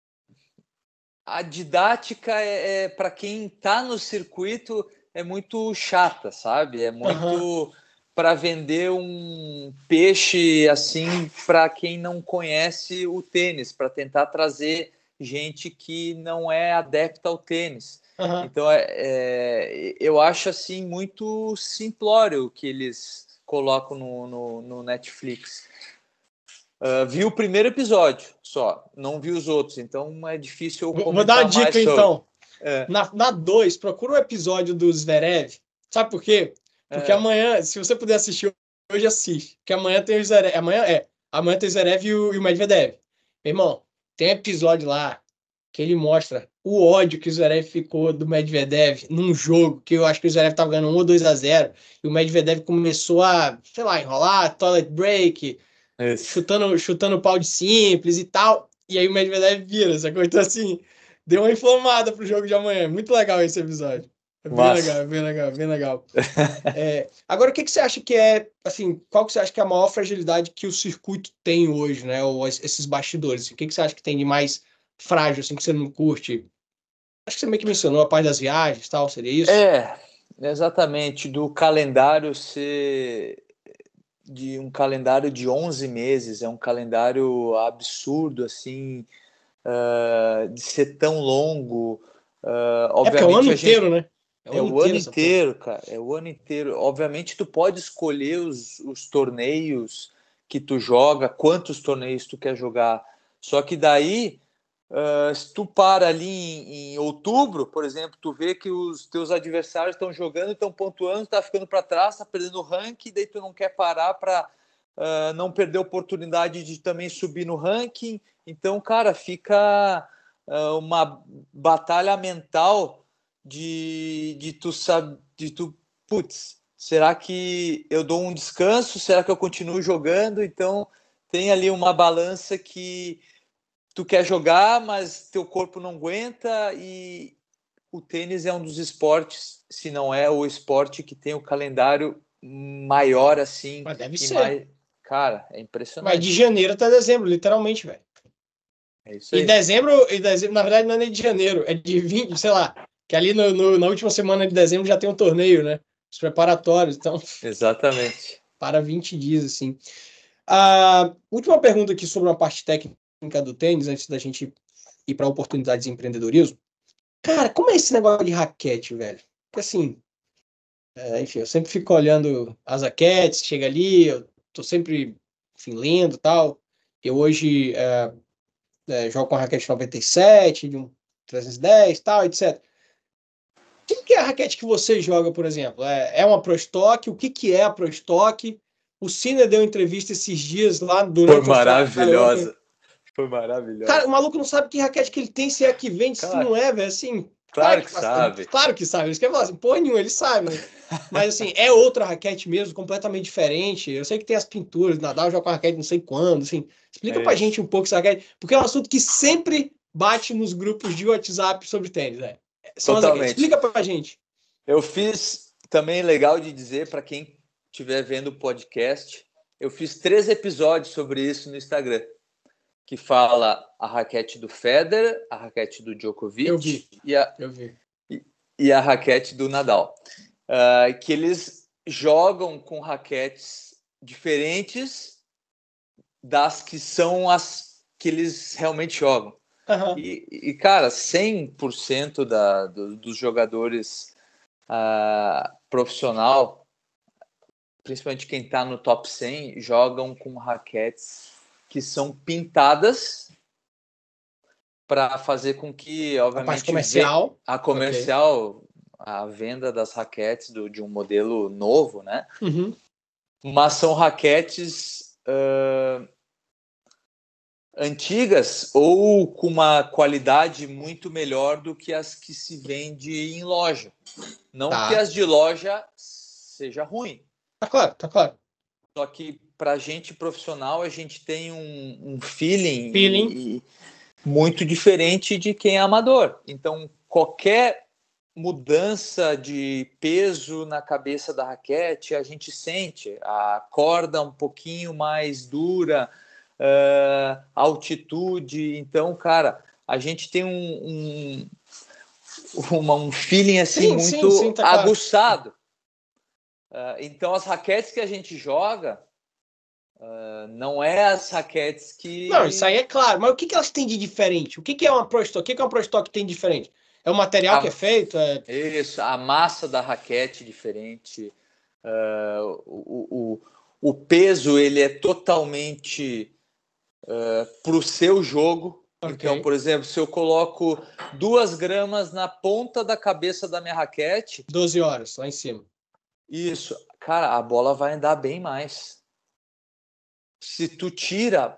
a didática é, é para quem está no circuito é muito chata, sabe? É Aham. muito para vender um peixe assim para quem não conhece o tênis, para tentar trazer gente que não é adepta ao tênis. Aham. Então é, é, eu acho assim muito simplório o que eles colocam no, no, no Netflix. Uh, vi o primeiro episódio só, não vi os outros, então é difícil eu Vou, vou dar uma comentar mais dica, sobre. então. É, Na, na dois, procura o episódio do Zverev. Sabe por quê? Porque é, amanhã, se você puder assistir hoje, assiste. Porque amanhã tem o Zverev. Amanhã é. Amanhã tem o Zverev e o, e o Medvedev. Meu irmão, tem episódio lá que ele mostra o ódio que o Zverev ficou do Medvedev num jogo que eu acho que o Zverev tava ganhando um ou dois a zero e o Medvedev começou a, sei lá, enrolar, toilet break, isso. chutando, chutando pau de simples e tal. E aí o Medvedev vira, sacou? Então, assim, deu uma inflamada pro jogo de amanhã. Muito legal esse episódio. É bem legal, Massa. é bem legal, é bem legal. É, agora, o que, que você acha que é, assim, qual que você acha que é a maior fragilidade que o circuito tem hoje, né? Ou esses bastidores? O que, que você acha que tem de mais frágil, assim, que você não curte? Acho que você meio que mencionou a parte das viagens e tal, seria isso? É, exatamente, do calendário ser de um calendário de onze meses, é um calendário absurdo, assim, uh, de ser tão longo. Uh, É porque é o ano obviamente a gente inteiro, né? É o é ano o ano inteiro essa porra. inteiro, cara, é o ano inteiro. Obviamente tu pode escolher os, os torneios que tu joga, quantos torneios tu quer jogar. Só que daí, uh, se tu para ali em, em outubro, por exemplo, tu vê que os teus adversários estão jogando, estão pontuando, tá ficando para trás, tá perdendo o ranking, daí tu não quer parar para uh, não perder a oportunidade de também subir no ranking. Então, cara, fica uh, uma batalha mental de, de tu sabe, de tu, putz, será que eu dou um descanso? Será que eu continuo jogando? Então tem ali uma balança que tu quer jogar, mas teu corpo não aguenta, e o tênis é um dos esportes, se não é o esporte que tem o calendário maior assim Mas deve e ser. mais, cara, é Vai de impressionante. janeiro até dezembro, literalmente, velho. É isso E aí. dezembro, e dezembro, na verdade, não é nem de janeiro, é de vinte, sei lá, que ali no, no- na última semana de dezembro já tem um torneio, né? Os preparatórios, então, Exatamente. para vinte dias, assim. A última pergunta aqui sobre uma parte técnica do tênis, antes da gente ir para oportunidades de empreendedorismo. Cara, como é esse negócio de raquete, velho? Porque assim, é, enfim, eu sempre fico olhando as raquetes, chega ali, eu tô sempre, enfim, lendo e tal. Eu hoje é, é, jogo com a raquete noventa e sete, de um trezentos e dez, tal, etcétera. O que é a raquete que você joga, por exemplo? É, é uma Pro Stock? O que, que é a Pro Stock? O Sinner deu entrevista esses dias lá Foi durante o Australia Open. maravilhosa. Foi Cara, o maravilhosa. maluco não sabe que raquete que ele tem, se é a que vende, se Claro, não é, velho. Assim, claro claro que, que sabe. claro que sabe. Eles querem falar assim, porra nenhuma, ele sabe, né? Mas assim, é outra raquete mesmo, completamente diferente. Eu sei que tem as pinturas, Nadal joga com a raquete não sei quando, assim. Explica É pra isso. gente um pouco essa raquete, porque é um assunto que sempre bate nos grupos de WhatsApp sobre tênis, né? São as raquetes. Totalmente. Explica pra gente. Eu fiz também legal de dizer para quem estiver vendo o podcast, eu fiz três episódios sobre isso no Instagram, que fala a raquete do Federer, a raquete do Eu vi, Djokovic e a, eu vi. e, e a raquete do Nadal. Uh, que eles jogam com raquetes diferentes das que são as que eles realmente jogam. Aham. E, e cara, cem por cento da, do, dos jogadores uh, profissional principalmente quem está no top cem, jogam com raquetes que são pintadas para fazer com que, obviamente, a parte comercial, a comercial, okay. a venda das raquetes do, de um modelo novo, né? Uhum. Mas são raquetes uh, antigas ou com uma qualidade muito melhor do que as que se vende em loja. Não tá. que as de loja seja ruim. Tá claro, tá claro. Só que para gente profissional a gente tem um, um feeling, feeling. E, e muito diferente de quem é amador. Então qualquer mudança de peso na cabeça da raquete a gente sente. A corda um pouquinho mais dura, uh, altitude. Então, cara, a gente tem um, um, uma, um feeling assim sim, muito sim, sim, tá aguçado. Claro. Uh, então, as raquetes que a gente joga uh, não é as raquetes que... Não, isso aí é claro. Mas o que, que elas têm de diferente? O que, que é uma Pro Stock? O que, que é uma Pro Stock que tem de diferente? É o material a, que é feito? É... Isso, a massa da raquete diferente. Uh, o, o, o peso ele é totalmente uh, para o seu jogo. Okay. Então, por exemplo, se eu coloco duas gramas na ponta da cabeça da minha raquete... doze horas, lá em cima. Isso. Cara, a bola vai andar bem mais. Se tu tira,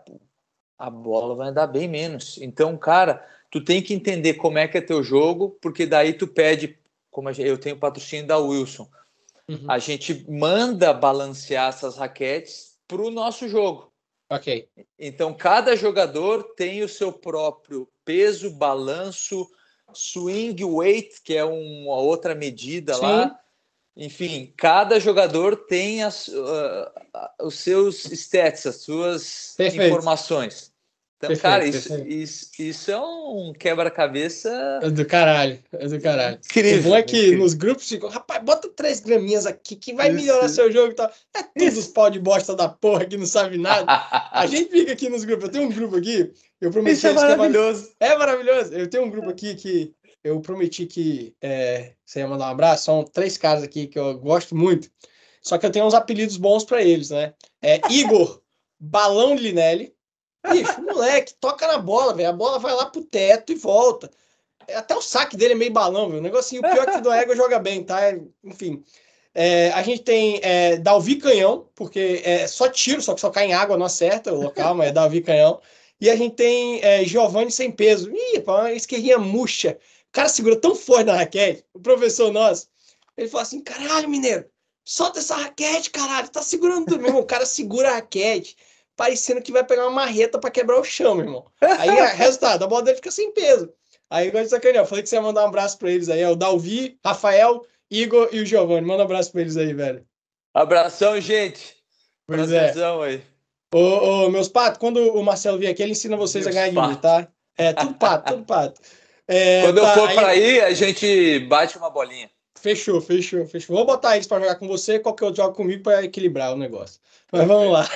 a bola vai andar bem menos. Então, cara, tu tem que entender como é que é teu jogo, porque daí tu pede, como eu tenho patrocínio da Wilson, uhum. A gente manda balancear essas raquetes pro nosso jogo. Ok. Então, cada jogador tem o seu próprio peso, balanço, swing weight, que é uma outra medida Sim. lá. Enfim, cada jogador tem as, uh, os seus stats, as suas perfeito. Informações. Então, perfeito, cara, isso, isso, isso é um quebra-cabeça... É do caralho, é do caralho. Incrível. O bom é que incrível. nos grupos ficam, rapaz, bota três graminhas aqui que vai isso. melhorar seu jogo e tal. É tudo os pau de bosta da porra que não sabe nada. A gente fica aqui nos grupos. Eu tenho um grupo aqui, eu prometi... Isso é maravilhoso. Que é, é maravilhoso. Eu tenho um grupo aqui que eu prometi que é, você ia mandar um abraço. São três caras aqui que eu gosto muito. Só que eu tenho uns apelidos bons pra eles, né? É Igor Balão Linelli. Bicho, moleque, toca na bola, velho. A bola vai lá pro teto e volta. Até o saque dele é meio balão, velho. O negocinho, o pior é que o do Ego joga bem, tá? Enfim. É, a gente tem é, Dalvi Canhão, porque é só tiro, só que só cai em água, não acerta o local, mas é Dalvi Canhão. E a gente tem é, Giovanni Sem Peso. Ih, pá, uma esquerrinha murcha. O cara segura tão forte na raquete. O professor nosso, ele fala assim, caralho, mineiro, solta essa raquete, caralho. Tá segurando tudo, meu irmão. O cara segura a raquete, parecendo que vai pegar uma marreta pra quebrar o chão, meu irmão. Aí, resultado, a bola dele fica sem peso. Aí, igual de sacanear, eu falei que você ia mandar um abraço pra eles aí. É o Dalvi, Rafael, Igor e o Giovanni. Manda um abraço pra eles aí, velho. Abração, gente. Pois Prazerzão é. aí. Ô, ô, meus patos, quando o Marcelo vier aqui, ele ensina vocês meus a ganhar pato. de mim, tá? É, tudo pato, tudo pato. É, quando tá, eu for aí... pra aí, a gente bate uma bolinha. Fechou, fechou, fechou. Vou botar eles pra jogar com você, qualquer outro joga comigo pra equilibrar o negócio. Mas vamos lá.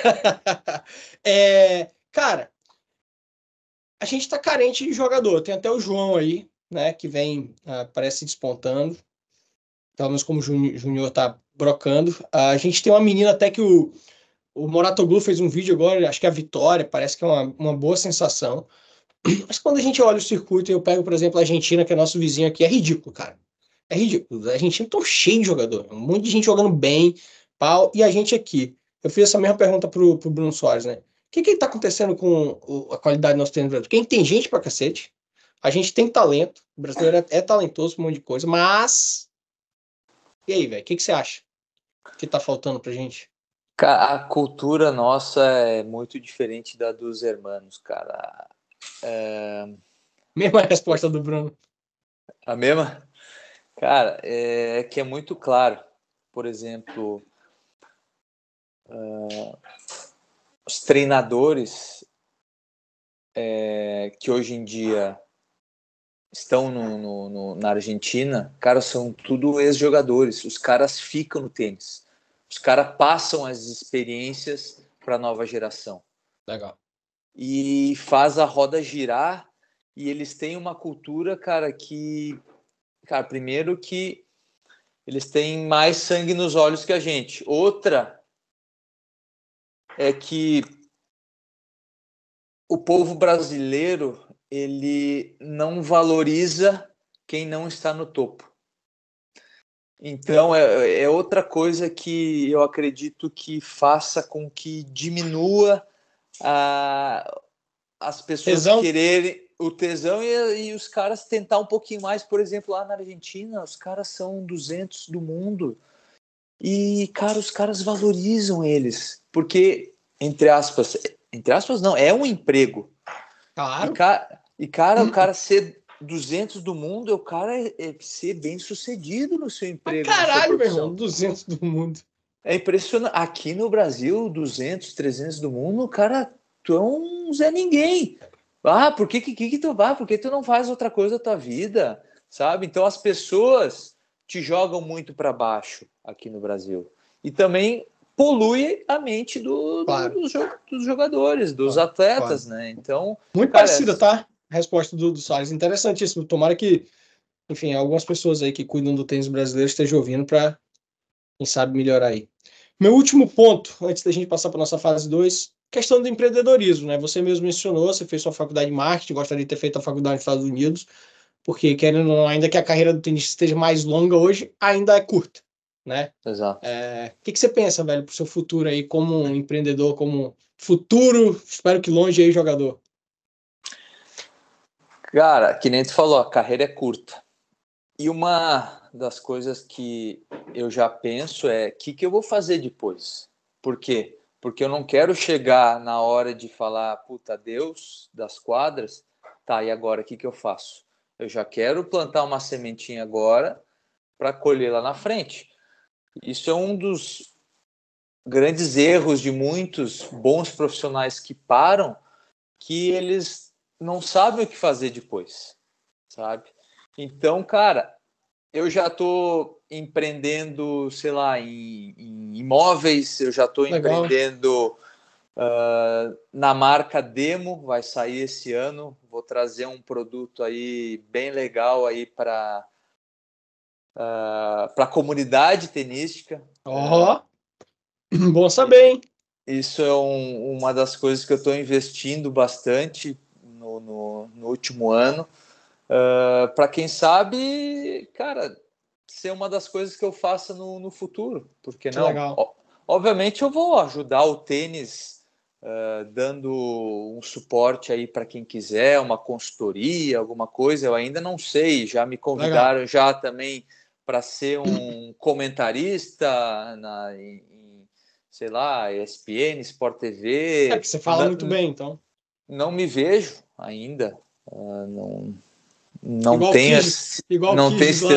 é, cara, a gente tá carente de jogador. Tem até o João aí, né, que vem, uh, parece despontando. Pelo menos como o Júnior tá brocando. Uh, a gente tem uma menina até que o, o Moratoglu fez um vídeo agora, acho que é a Vitória, parece que é uma, uma boa sensação. Mas quando a gente olha o circuito e eu pego, por exemplo, a Argentina, que é nosso vizinho aqui, é ridículo, cara. É ridículo. A Argentina tá cheio de jogador. Um monte de gente jogando bem, pau, e a gente aqui. Eu fiz essa mesma pergunta pro, pro Bruno Soares, né? O que que tá acontecendo com o, a qualidade do nosso treino brasileiro? Porque tem gente pra cacete, a gente tem talento, o brasileiro é, é talentoso pra um monte de coisa, mas... E aí, velho, o que que você acha que tá faltando pra gente? A cultura nossa é muito diferente da dos hermanos, cara. É... Mesma resposta do Bruno. A mesma? Cara, é que é muito claro. Por exemplo, uh, os treinadores é, que hoje em dia estão no, no, no, na Argentina, cara, são tudo ex-jogadores. Os caras ficam no tênis. Os caras passam as experiências para a nova geração. Legal. E faz a roda girar. E eles têm uma cultura, cara, que... Cara, primeiro que eles têm mais sangue nos olhos que a gente. Outra, é que o povo brasileiro, ele não valoriza quem não está no topo. Então, é, é outra coisa que eu acredito que faça com que diminua a, as pessoas tesão. quererem o tesão e, e os caras tentar um pouquinho mais. Por exemplo, lá na Argentina, os caras são duzentos do mundo. E, cara, os caras valorizam eles. Porque, entre aspas, entre aspas não, é um emprego. Claro. E, ca, e cara, o cara ser duzentos do mundo, é o cara é, é ser bem sucedido no seu emprego. Ah, caralho, meu irmão, duzentos do mundo. É impressionante. Aqui no Brasil, duzentos, trezentos do mundo, cara, tu é um Zé Ninguém. Ah, por que que, que tu vai? Por que tu não faz outra coisa da tua vida? Sabe? Então as pessoas te jogam muito para baixo aqui no Brasil. E também polui a mente do, claro. do, dos, dos jogadores, dos claro, atletas, claro. né? Então, muito cara, parecida, tá? A resposta do, do Salles. Interessantíssimo. Tomara que, enfim, algumas pessoas aí que cuidam do tênis brasileiro estejam ouvindo para, quem sabe, melhorar aí. Meu último ponto, antes da gente passar para nossa fase dois, questão do empreendedorismo, né? Você mesmo mencionou, você fez sua faculdade de marketing, gostaria de ter feito a faculdade nos Estados Unidos, porque, querendo ou não, ainda que a carreira do tenista esteja mais longa hoje, ainda é curta, né? Exato. É, o que, que você pensa, velho, pro seu futuro aí, como um empreendedor, como futuro, espero que longe aí, jogador? Cara, que nem tu falou, a carreira é curta. E uma das coisas que eu já penso é o que, que eu vou fazer depois. Por quê? Porque eu não quero chegar na hora de falar, puta, Deus das quadras, tá, e agora o que, que eu faço? Eu já quero plantar uma sementinha agora para colher lá na frente. Isso é um dos grandes erros de muitos bons profissionais que param, que eles não sabem o que fazer depois, sabe? Então, cara, eu já estou empreendendo, sei lá, em, em imóveis, eu já estou empreendendo uh, na marca Demo, vai sair esse ano, vou trazer um produto aí bem legal aí para uh, para a comunidade tenística. Ó, oh, bom saber, hein? Isso é um, uma das coisas que eu estou investindo bastante no, no, no último ano. Uh, para quem sabe, cara, ser uma das coisas que eu faça no, no futuro, porque não? Legal. Obviamente eu vou ajudar o tênis, uh, dando um suporte aí para quem quiser, uma consultoria, alguma coisa, eu ainda não sei, já me convidaram Legal. já também para ser um comentarista na, em, em, sei lá, E S P N, Sport T V. É que você fala não, muito bem, então. Não me vejo ainda, uh, não... Não igual tem Kiss, igual não tem Essa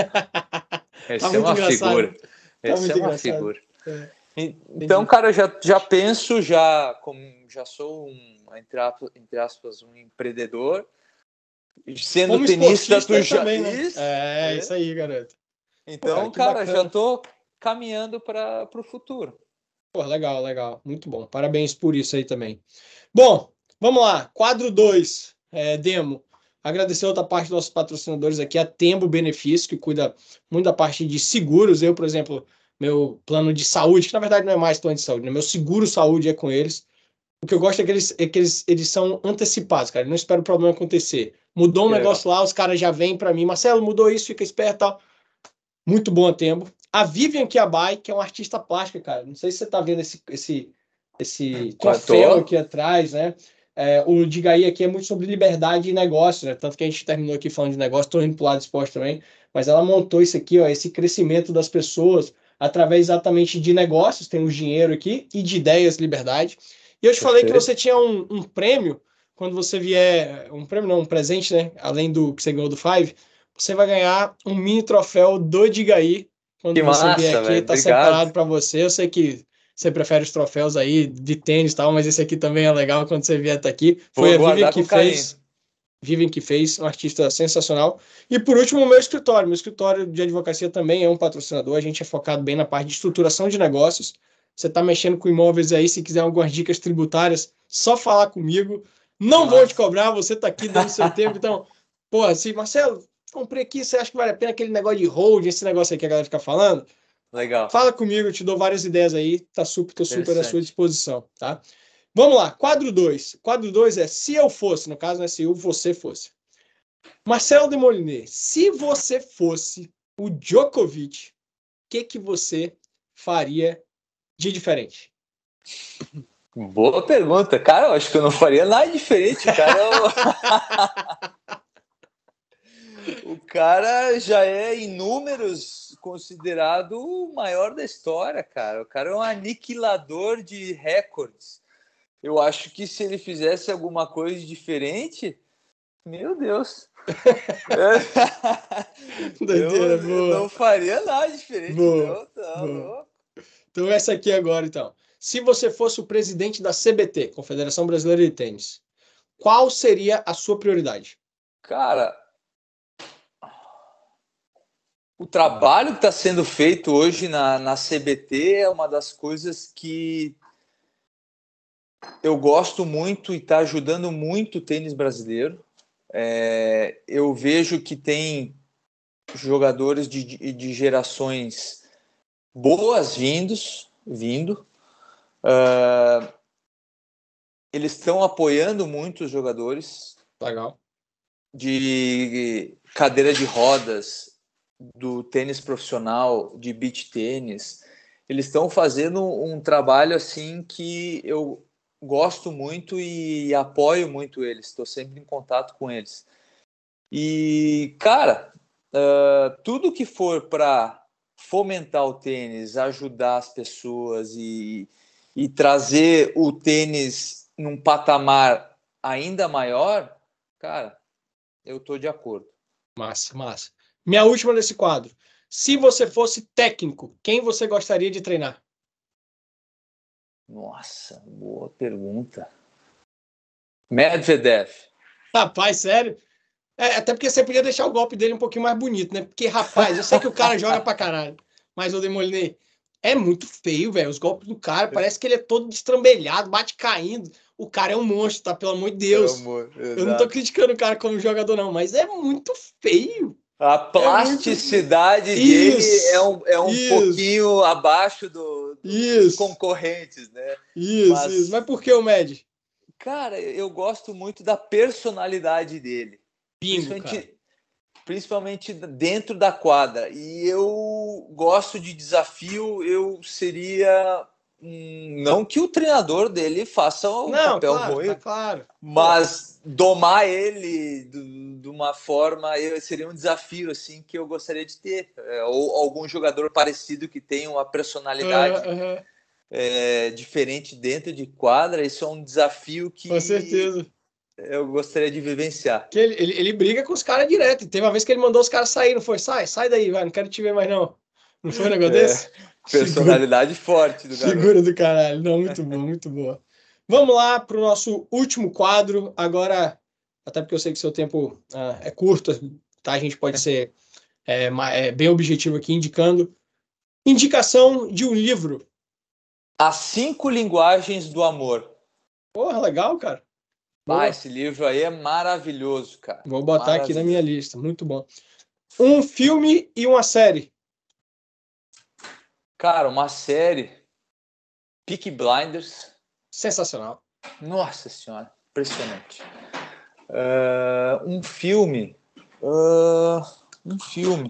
tá é uma engraçado. figura. Tá Essa é uma engraçado. figura. É. Então, Entendi. cara, eu já, já penso, já, como, já sou um, entre aspas, entre aspas, um empreendedor. Sendo como tenista, tu já também, né? isso. É, é, isso aí, garoto. Então, Pô, cara, cara já tô caminhando para o futuro. Pô, legal, legal. Muito bom. Parabéns por isso aí também. Bom, vamos lá. Quadro dois, é, Demo. Agradecer outra parte dos nossos patrocinadores aqui, a Tembo Benefício, que cuida muito da parte de seguros. Eu, por exemplo, meu plano de saúde, que na verdade não é mais plano de saúde, né? Meu seguro saúde é com eles. O que eu gosto é que eles, é que eles, eles são antecipados, cara. Eu não espero o problema acontecer. Mudou um que negócio legal. lá, os caras já vêm para mim. Marcelo, mudou isso, fica esperto e tal. Muito bom a Tembo. A Vivian Kiabai, que é uma artista plástica, cara. Não sei se você tá vendo esse, esse, esse troféu aqui atrás, né? É, o Diga Aí aqui é muito sobre liberdade e negócio, né? Tanto que a gente terminou aqui falando de negócio, estou indo para o lado de esporte também, mas ela montou isso aqui, ó, esse crescimento das pessoas através exatamente de negócios, tem um dinheiro aqui, e de ideias, liberdade. E eu te Perfeito. falei que você tinha um, um prêmio, quando você vier, um prêmio não, um presente, né? Além do que você ganhou do Five, você vai ganhar um mini troféu do Diga Aí, quando que você massa, vier aqui, véio. tá Obrigado. separado para você. Eu sei que você prefere os troféus aí de tênis e tal, mas esse aqui também é legal quando você vier estar aqui. Foi Vou a Vivian que fez. Carinho. Vivian que fez, um artista sensacional. E por último, o meu escritório. Meu escritório de advocacia também é um patrocinador. A gente é focado bem na parte de estruturação de negócios. Você está mexendo com imóveis aí, se quiser algumas dicas tributárias, só falar comigo. Não Nossa. vou te cobrar, você está aqui dando seu tempo. Então, pô, assim, Marcelo, comprei aqui, você acha que vale a pena aquele negócio de hold, esse negócio aí que a galera fica falando? Legal. Fala comigo, eu te dou várias ideias aí, tá super, tô super à sua disposição, tá? Vamos lá, quadro dois. Quadro dois é se eu fosse, no caso, né, se eu, você fosse. Marcelo Demoliner, se você fosse o Djokovic, o que que você faria de diferente? Boa pergunta. Cara, eu acho que eu não faria nada diferente. O cara, é o... o cara já é, em números, considerado o maior da história, cara. O cara é um aniquilador de recordes. Eu acho que se ele fizesse alguma coisa diferente, meu Deus. Doideira, eu, boa. eu não faria nada diferente, boa, não. Tá boa. louco. Então essa aqui agora, então. Se você fosse o presidente da C B T, Confederação Brasileira de Tênis, qual seria a sua prioridade? Cara, o trabalho que está sendo feito hoje na, na C B T é uma das coisas que eu gosto muito e está ajudando muito o tênis brasileiro. É, eu vejo que tem jogadores de, de, de gerações boas vindos, vindo. Uh, eles estão apoiando muito os jogadores. Legal. De cadeira de rodas, do tênis profissional, de beach tênis. Eles estão fazendo um trabalho assim que eu gosto muito e apoio muito eles. Estou sempre em contato com eles. E, cara, uh, tudo que for para fomentar o tênis, ajudar as pessoas e, e trazer o tênis num patamar ainda maior, cara, eu tô de acordo. Massa, massa. Minha última desse quadro. Se você fosse técnico, quem você gostaria de treinar? Nossa, boa pergunta. Medvedev. Rapaz, sério? É, até porque você podia deixar o golpe dele um pouquinho mais bonito, né? Porque, rapaz, eu sei que o cara joga pra caralho. Mas, ô Demoliner, é muito feio, velho. Os golpes do cara, parece que ele é todo destrambelhado, bate caindo. O cara é um monstro, tá? Pelo amor de Deus. Amor, eu não tô criticando o cara como jogador, não, mas é muito feio. A plasticidade é muito... dele isso, é um, é um isso, pouquinho abaixo do, do, dos concorrentes, né? Isso, mas, isso. Mas por que o Med? Cara, eu gosto muito da personalidade dele. Bingo, principalmente, cara. principalmente dentro da quadra. E eu gosto de desafio, eu seria... Hum, não que o treinador dele faça um não, papel claro, ruim, tá claro. mas Pô. domar ele do, de uma forma eu, seria um desafio assim que eu gostaria de ter, é, ou algum jogador parecido que tenha uma personalidade uhum, uhum. É, diferente dentro de quadra. Isso é um desafio que com certeza eu gostaria de vivenciar. Que ele, ele, ele briga com os caras direto. Teve uma vez que ele mandou os caras sair, não foi? Sai, sai daí, vai, não quero te ver mais não. Não foi um negócio é, desse? Personalidade Figura, forte do garoto. Figura do caralho. Não, muito bom, muito boa. Vamos lá para o nosso último quadro. Agora, até porque eu sei que seu tempo ah, é curto, tá? A gente pode ser é, é, bem objetivo aqui, indicando. Indicação de um livro. As Cinco Linguagens do Amor. Porra, legal, cara. Ah, esse livro aí é maravilhoso, cara. Vou botar aqui na minha lista. Muito bom. Um filme e uma série. Cara, uma série. Peaky Blinders. Sensacional. Nossa senhora, impressionante. Uh, um filme. Uh, um filme.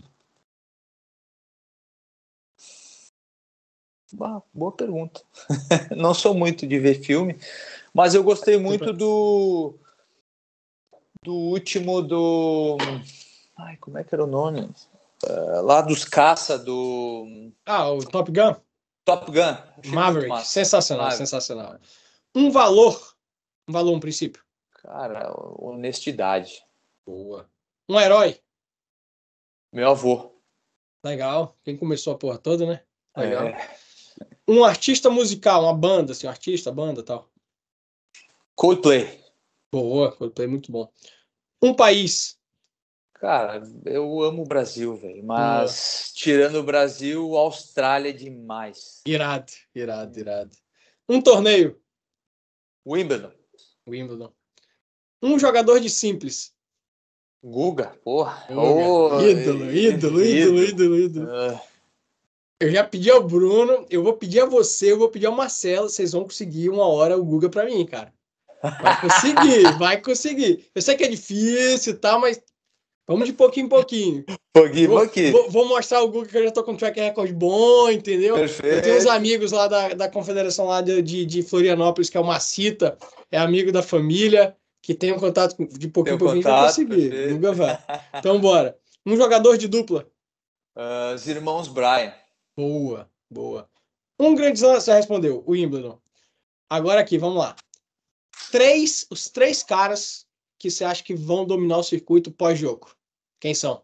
Ah, boa pergunta. Não sou muito de ver filme, mas eu gostei muito do do último do... Ai, como é que era o nome? Uh, lá dos caça do... Ah, o Top Gun? Top Gun. Maverick. Sensacional, Maverick. Sensacional. Um valor. Um valor, um princípio. Cara, honestidade. Boa. Um herói. Meu avô. Legal. Quem começou a porra toda, né? Legal. É. Um artista musical, uma banda, assim, um artista, banda e tal. Coldplay. Boa, Coldplay, muito bom. Um país. Cara, eu amo o Brasil, velho. Mas, Boa. tirando o Brasil, Austrália é demais. Irado, irado, irado. Um torneio. Wimbledon. Wimbledon. Um jogador de simples. Guga, porra. Oh, ídolo, ídolo, ídolo, ídolo, ídolo. Uh. Eu já pedi ao Bruno, eu vou pedir a você, eu vou pedir ao Marcelo, vocês vão conseguir uma hora o Guga pra mim, cara. Vai conseguir, vai conseguir. Eu sei que é difícil e tal, mas vamos de pouquinho em pouquinho. Pouquinho, Vou, pouquinho. vou, vou mostrar ao Guga que eu já tô com um track record bom, entendeu? Perfeito. Eu tenho uns amigos lá da, da confederação lá de, de, de Florianópolis, que é o Macita, é amigo da família, que tem um contato de pouquinho em pouquinho, a gente vai conseguir. Perfeito. Guga vai. Então, bora. Um jogador de dupla. Uh, os irmãos Bryan. Boa, boa. Um grande slam, você já respondeu, o Wimbledon. Agora aqui, vamos lá. Três, os três caras que você acha que vão dominar o circuito pós-jogo. Quem são?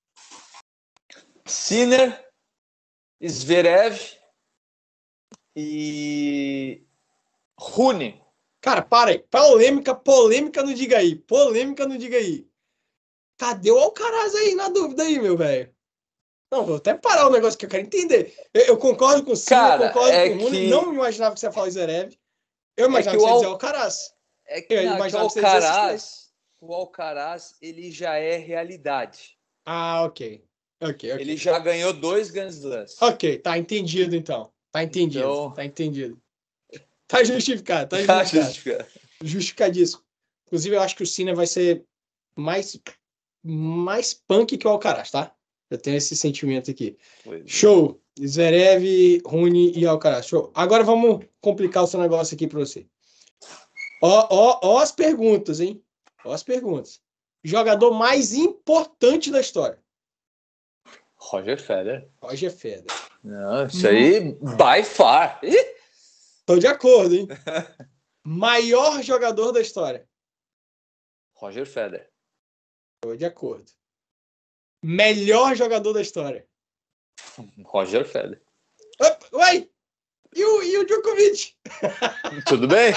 Sinner, Zverev e Rune. Cara, para aí. Polêmica, polêmica não diga aí. Polêmica não diga aí. Cadê o Alcaraz aí na dúvida aí, meu velho? Não, vou até parar o negócio que eu quero entender. Eu, eu concordo com o Sinner, eu concordo é com o Rune. que... Não imaginava que você ia falar Zverev. Eu imaginava é que, que você ia o dizer Alcaraz. É que, eu não, imaginava que o que você ia dizer esses Alcaraz, três. o Alcaraz, ele já é realidade. Ah, ok. Ok, ok. Ele já ganhou dois Grand Slams. Ok, tá entendido então. Tá entendido, Então... tá entendido. Tá justificado, tá Tá justificado. justificado. Justificadíssimo. Inclusive, eu acho que o Sinner vai ser mais, mais punk que o Alcaraz, tá? Eu tenho esse sentimento aqui. Pois Show! Zverev, Rune e Alcaraz. Show. Agora vamos complicar o seu negócio aqui para você. Ó, ó, ó as perguntas, hein? Ó as perguntas. Jogador mais importante da história. Roger Federer. Roger Federer. Não, isso aí, by far. Ih! Tô de acordo, hein? Maior jogador da história. Roger Federer. Tô de acordo. Melhor jogador da história. Roger Federer. Uai! E o, e o Djokovic? Tudo bem?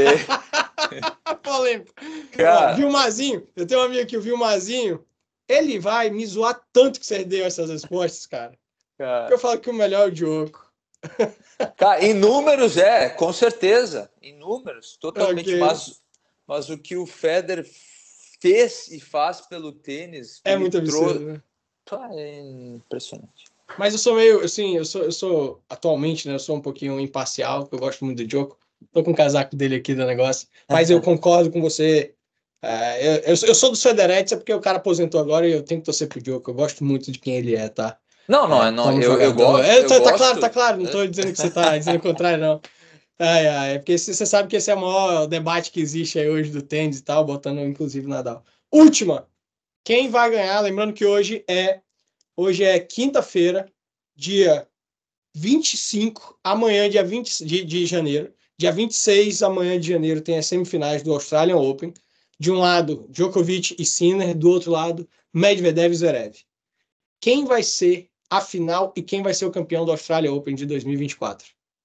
É... Polêmico. Cara... Ó, Vilmazinho, eu tenho um amigo aqui, o Vilmazinho, ele vai me zoar tanto que você deu essas respostas, cara. cara... Eu falo que o melhor é o Djoko. Cara, em números, é, com certeza. Em números, totalmente. Okay. Mas, mas o que o Federer fez e faz pelo tênis... É muito absurdo, trou... né? É impressionante. Mas eu sou meio, assim, eu sou, eu sou, atualmente, né, eu sou um pouquinho imparcial, porque eu gosto muito do Djoko. Tô com o casaco dele aqui do negócio. Mas eu concordo com você. Uh, eu, eu, eu sou do Federer, é porque o cara aposentou agora e eu tenho que torcer pro Djoko. Eu gosto muito de quem ele é, tá? Não, não, é, não eu, eu gosto. É, eu tá, gosto. Tá claro, tá claro. Não tô dizendo que você tá dizendo o contrário, não. Ai, ai, é porque você sabe que esse é o maior debate que existe aí hoje do tênis e tal, botando inclusive Nadal. Última. Quem vai ganhar? Lembrando que hoje é, hoje é quinta-feira, dia vinte e cinco, amanhã, dia vinte de, de janeiro. Dia vinte e seis, amanhã de janeiro, tem as semifinais do Australian Open. De um lado, Djokovic e Sinner. Do outro lado, Medvedev e Zverev. Quem vai ser a final e quem vai ser o campeão do Australian Open de dois mil e vinte e quatro?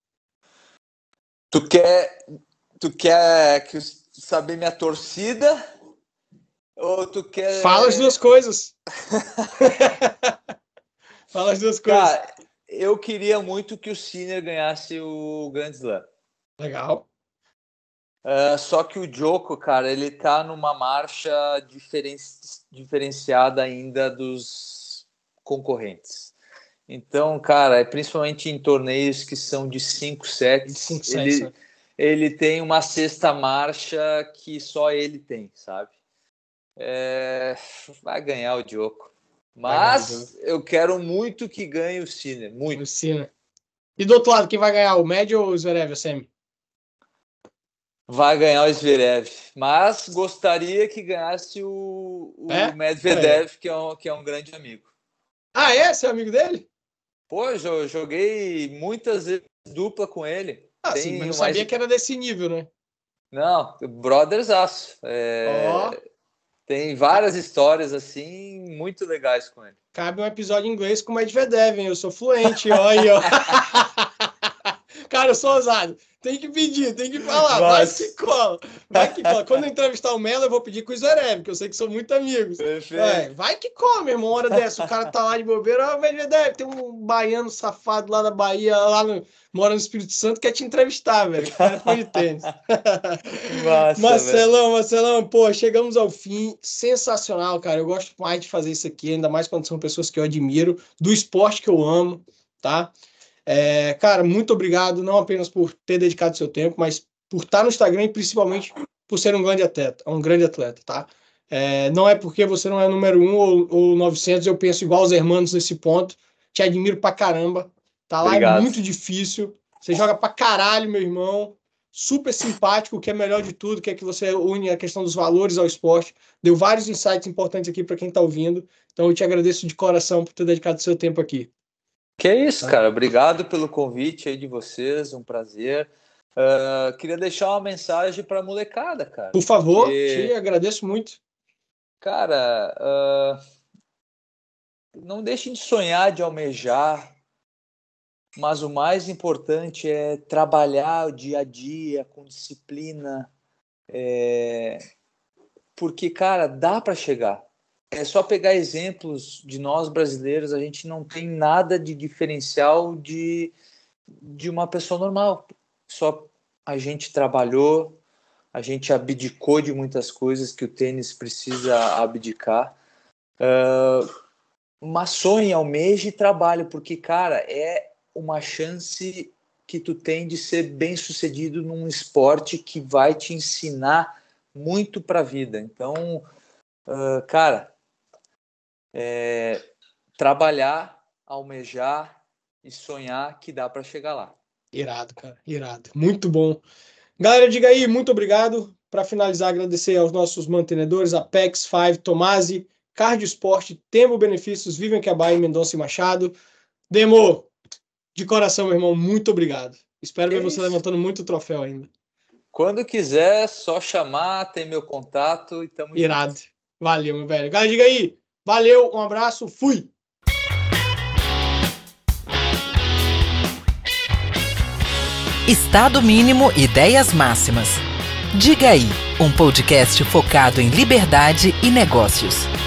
Tu quer, tu quer saber minha torcida? Ou tu quer... Fala as duas coisas. Fala as duas coisas. Cara, eu queria muito que o Sinner ganhasse o Grand Slam. Legal. Uh, só que o Djoko, cara, ele tá numa marcha diferen... diferenciada ainda dos concorrentes. Então, cara, é principalmente em torneios que são de cinco sets, cinco ele, sets né? ele tem uma sexta marcha que só ele tem, sabe? É... Vai ganhar o Djoko. Mas eu quero muito que ganhe o Sinner, muito. O Sinner. E do outro lado, quem vai ganhar, o Med ou o Zverev, o Semi? Vai ganhar o Zverev, mas gostaria que ganhasse o, o é? Medvedev, é. Que, é um, que é um grande amigo. Ah, é? Você é amigo dele? Pô, eu joguei muitas vezes dupla com ele. Ah, Tem sim, mas não mais... sabia que era desse nível, né? Não, brothersaço. É... Oh. Tem várias histórias, assim, muito legais com ele. Cabe um episódio em inglês com o Medvedev, hein? Eu sou fluente, ó aí, ó. Cara, eu sou ousado. Tem que pedir, tem que falar. Mas... Vai que cola. Vai que cola. Quando eu entrevistar o Melo, eu vou pedir com o Zverev, que eu sei que são muito amigos. É, vai que come, irmão. Uma hora dessa, o cara tá lá de bobeira. Ó, Medvedev, tem um baiano safado lá da Bahia, lá no... mora no Espírito Santo, quer te entrevistar, velho. O cara é fã de tênis. Massa, Marcelão, velho. Marcelão, pô, chegamos ao fim. Sensacional, cara. Eu gosto mais de fazer isso aqui, ainda mais quando são pessoas que eu admiro, do esporte que eu amo. tá? É, cara, muito obrigado, não apenas por ter dedicado seu tempo, mas por estar no Instagram e principalmente por ser um grande atleta, um grande atleta, tá? É, não é porque você não é número um ou, ou novecentos, eu penso igual os hermanos nesse ponto. Te admiro pra caramba. Tá lá, Obrigado. É muito difícil. Você joga pra caralho, meu irmão. Super simpático, o que é melhor de tudo, que é que você une a questão dos valores ao esporte. Deu vários insights importantes aqui para quem tá ouvindo. Então eu te agradeço de coração por ter dedicado seu tempo aqui. Que é isso, cara. Obrigado pelo convite aí de vocês, um prazer. Uh, queria deixar uma mensagem para a molecada, cara. Por favor, porque, te agradeço muito. Cara, uh, não deixem de sonhar, de almejar, mas o mais importante é trabalhar o dia a dia com disciplina, é... porque, cara, dá para chegar. É só pegar exemplos de nós brasileiros, a gente não tem nada de diferencial de, de uma pessoa normal. Só a gente trabalhou, a gente abdicou de muitas coisas que o tênis precisa abdicar. Uh, mas sonhe, almeje e trabalhe, porque, cara, é uma chance que tu tem de ser bem sucedido num esporte que vai te ensinar muito para a vida. Então, uh, cara, é, trabalhar, almejar e sonhar que dá para chegar lá. Irado, cara, irado. Muito bom. Galera, diga aí, muito obrigado. Para finalizar, agradecer aos nossos mantenedores, Apex, Five, Tomasi, Cardio Esporte, Tempo Benefícios, Vivian Quebai, Mendonça e Machado. Demo, de coração, meu irmão, muito obrigado. Espero que ver você isso. levantando muito troféu ainda. Quando quiser, só chamar, tem meu contato e tamo Irado. junto. Valeu, meu velho. Galera, diga aí. Valeu, um abraço, fui! Estado Mínimo Ideias Máximas. Diga aí, um podcast focado em liberdade e negócios.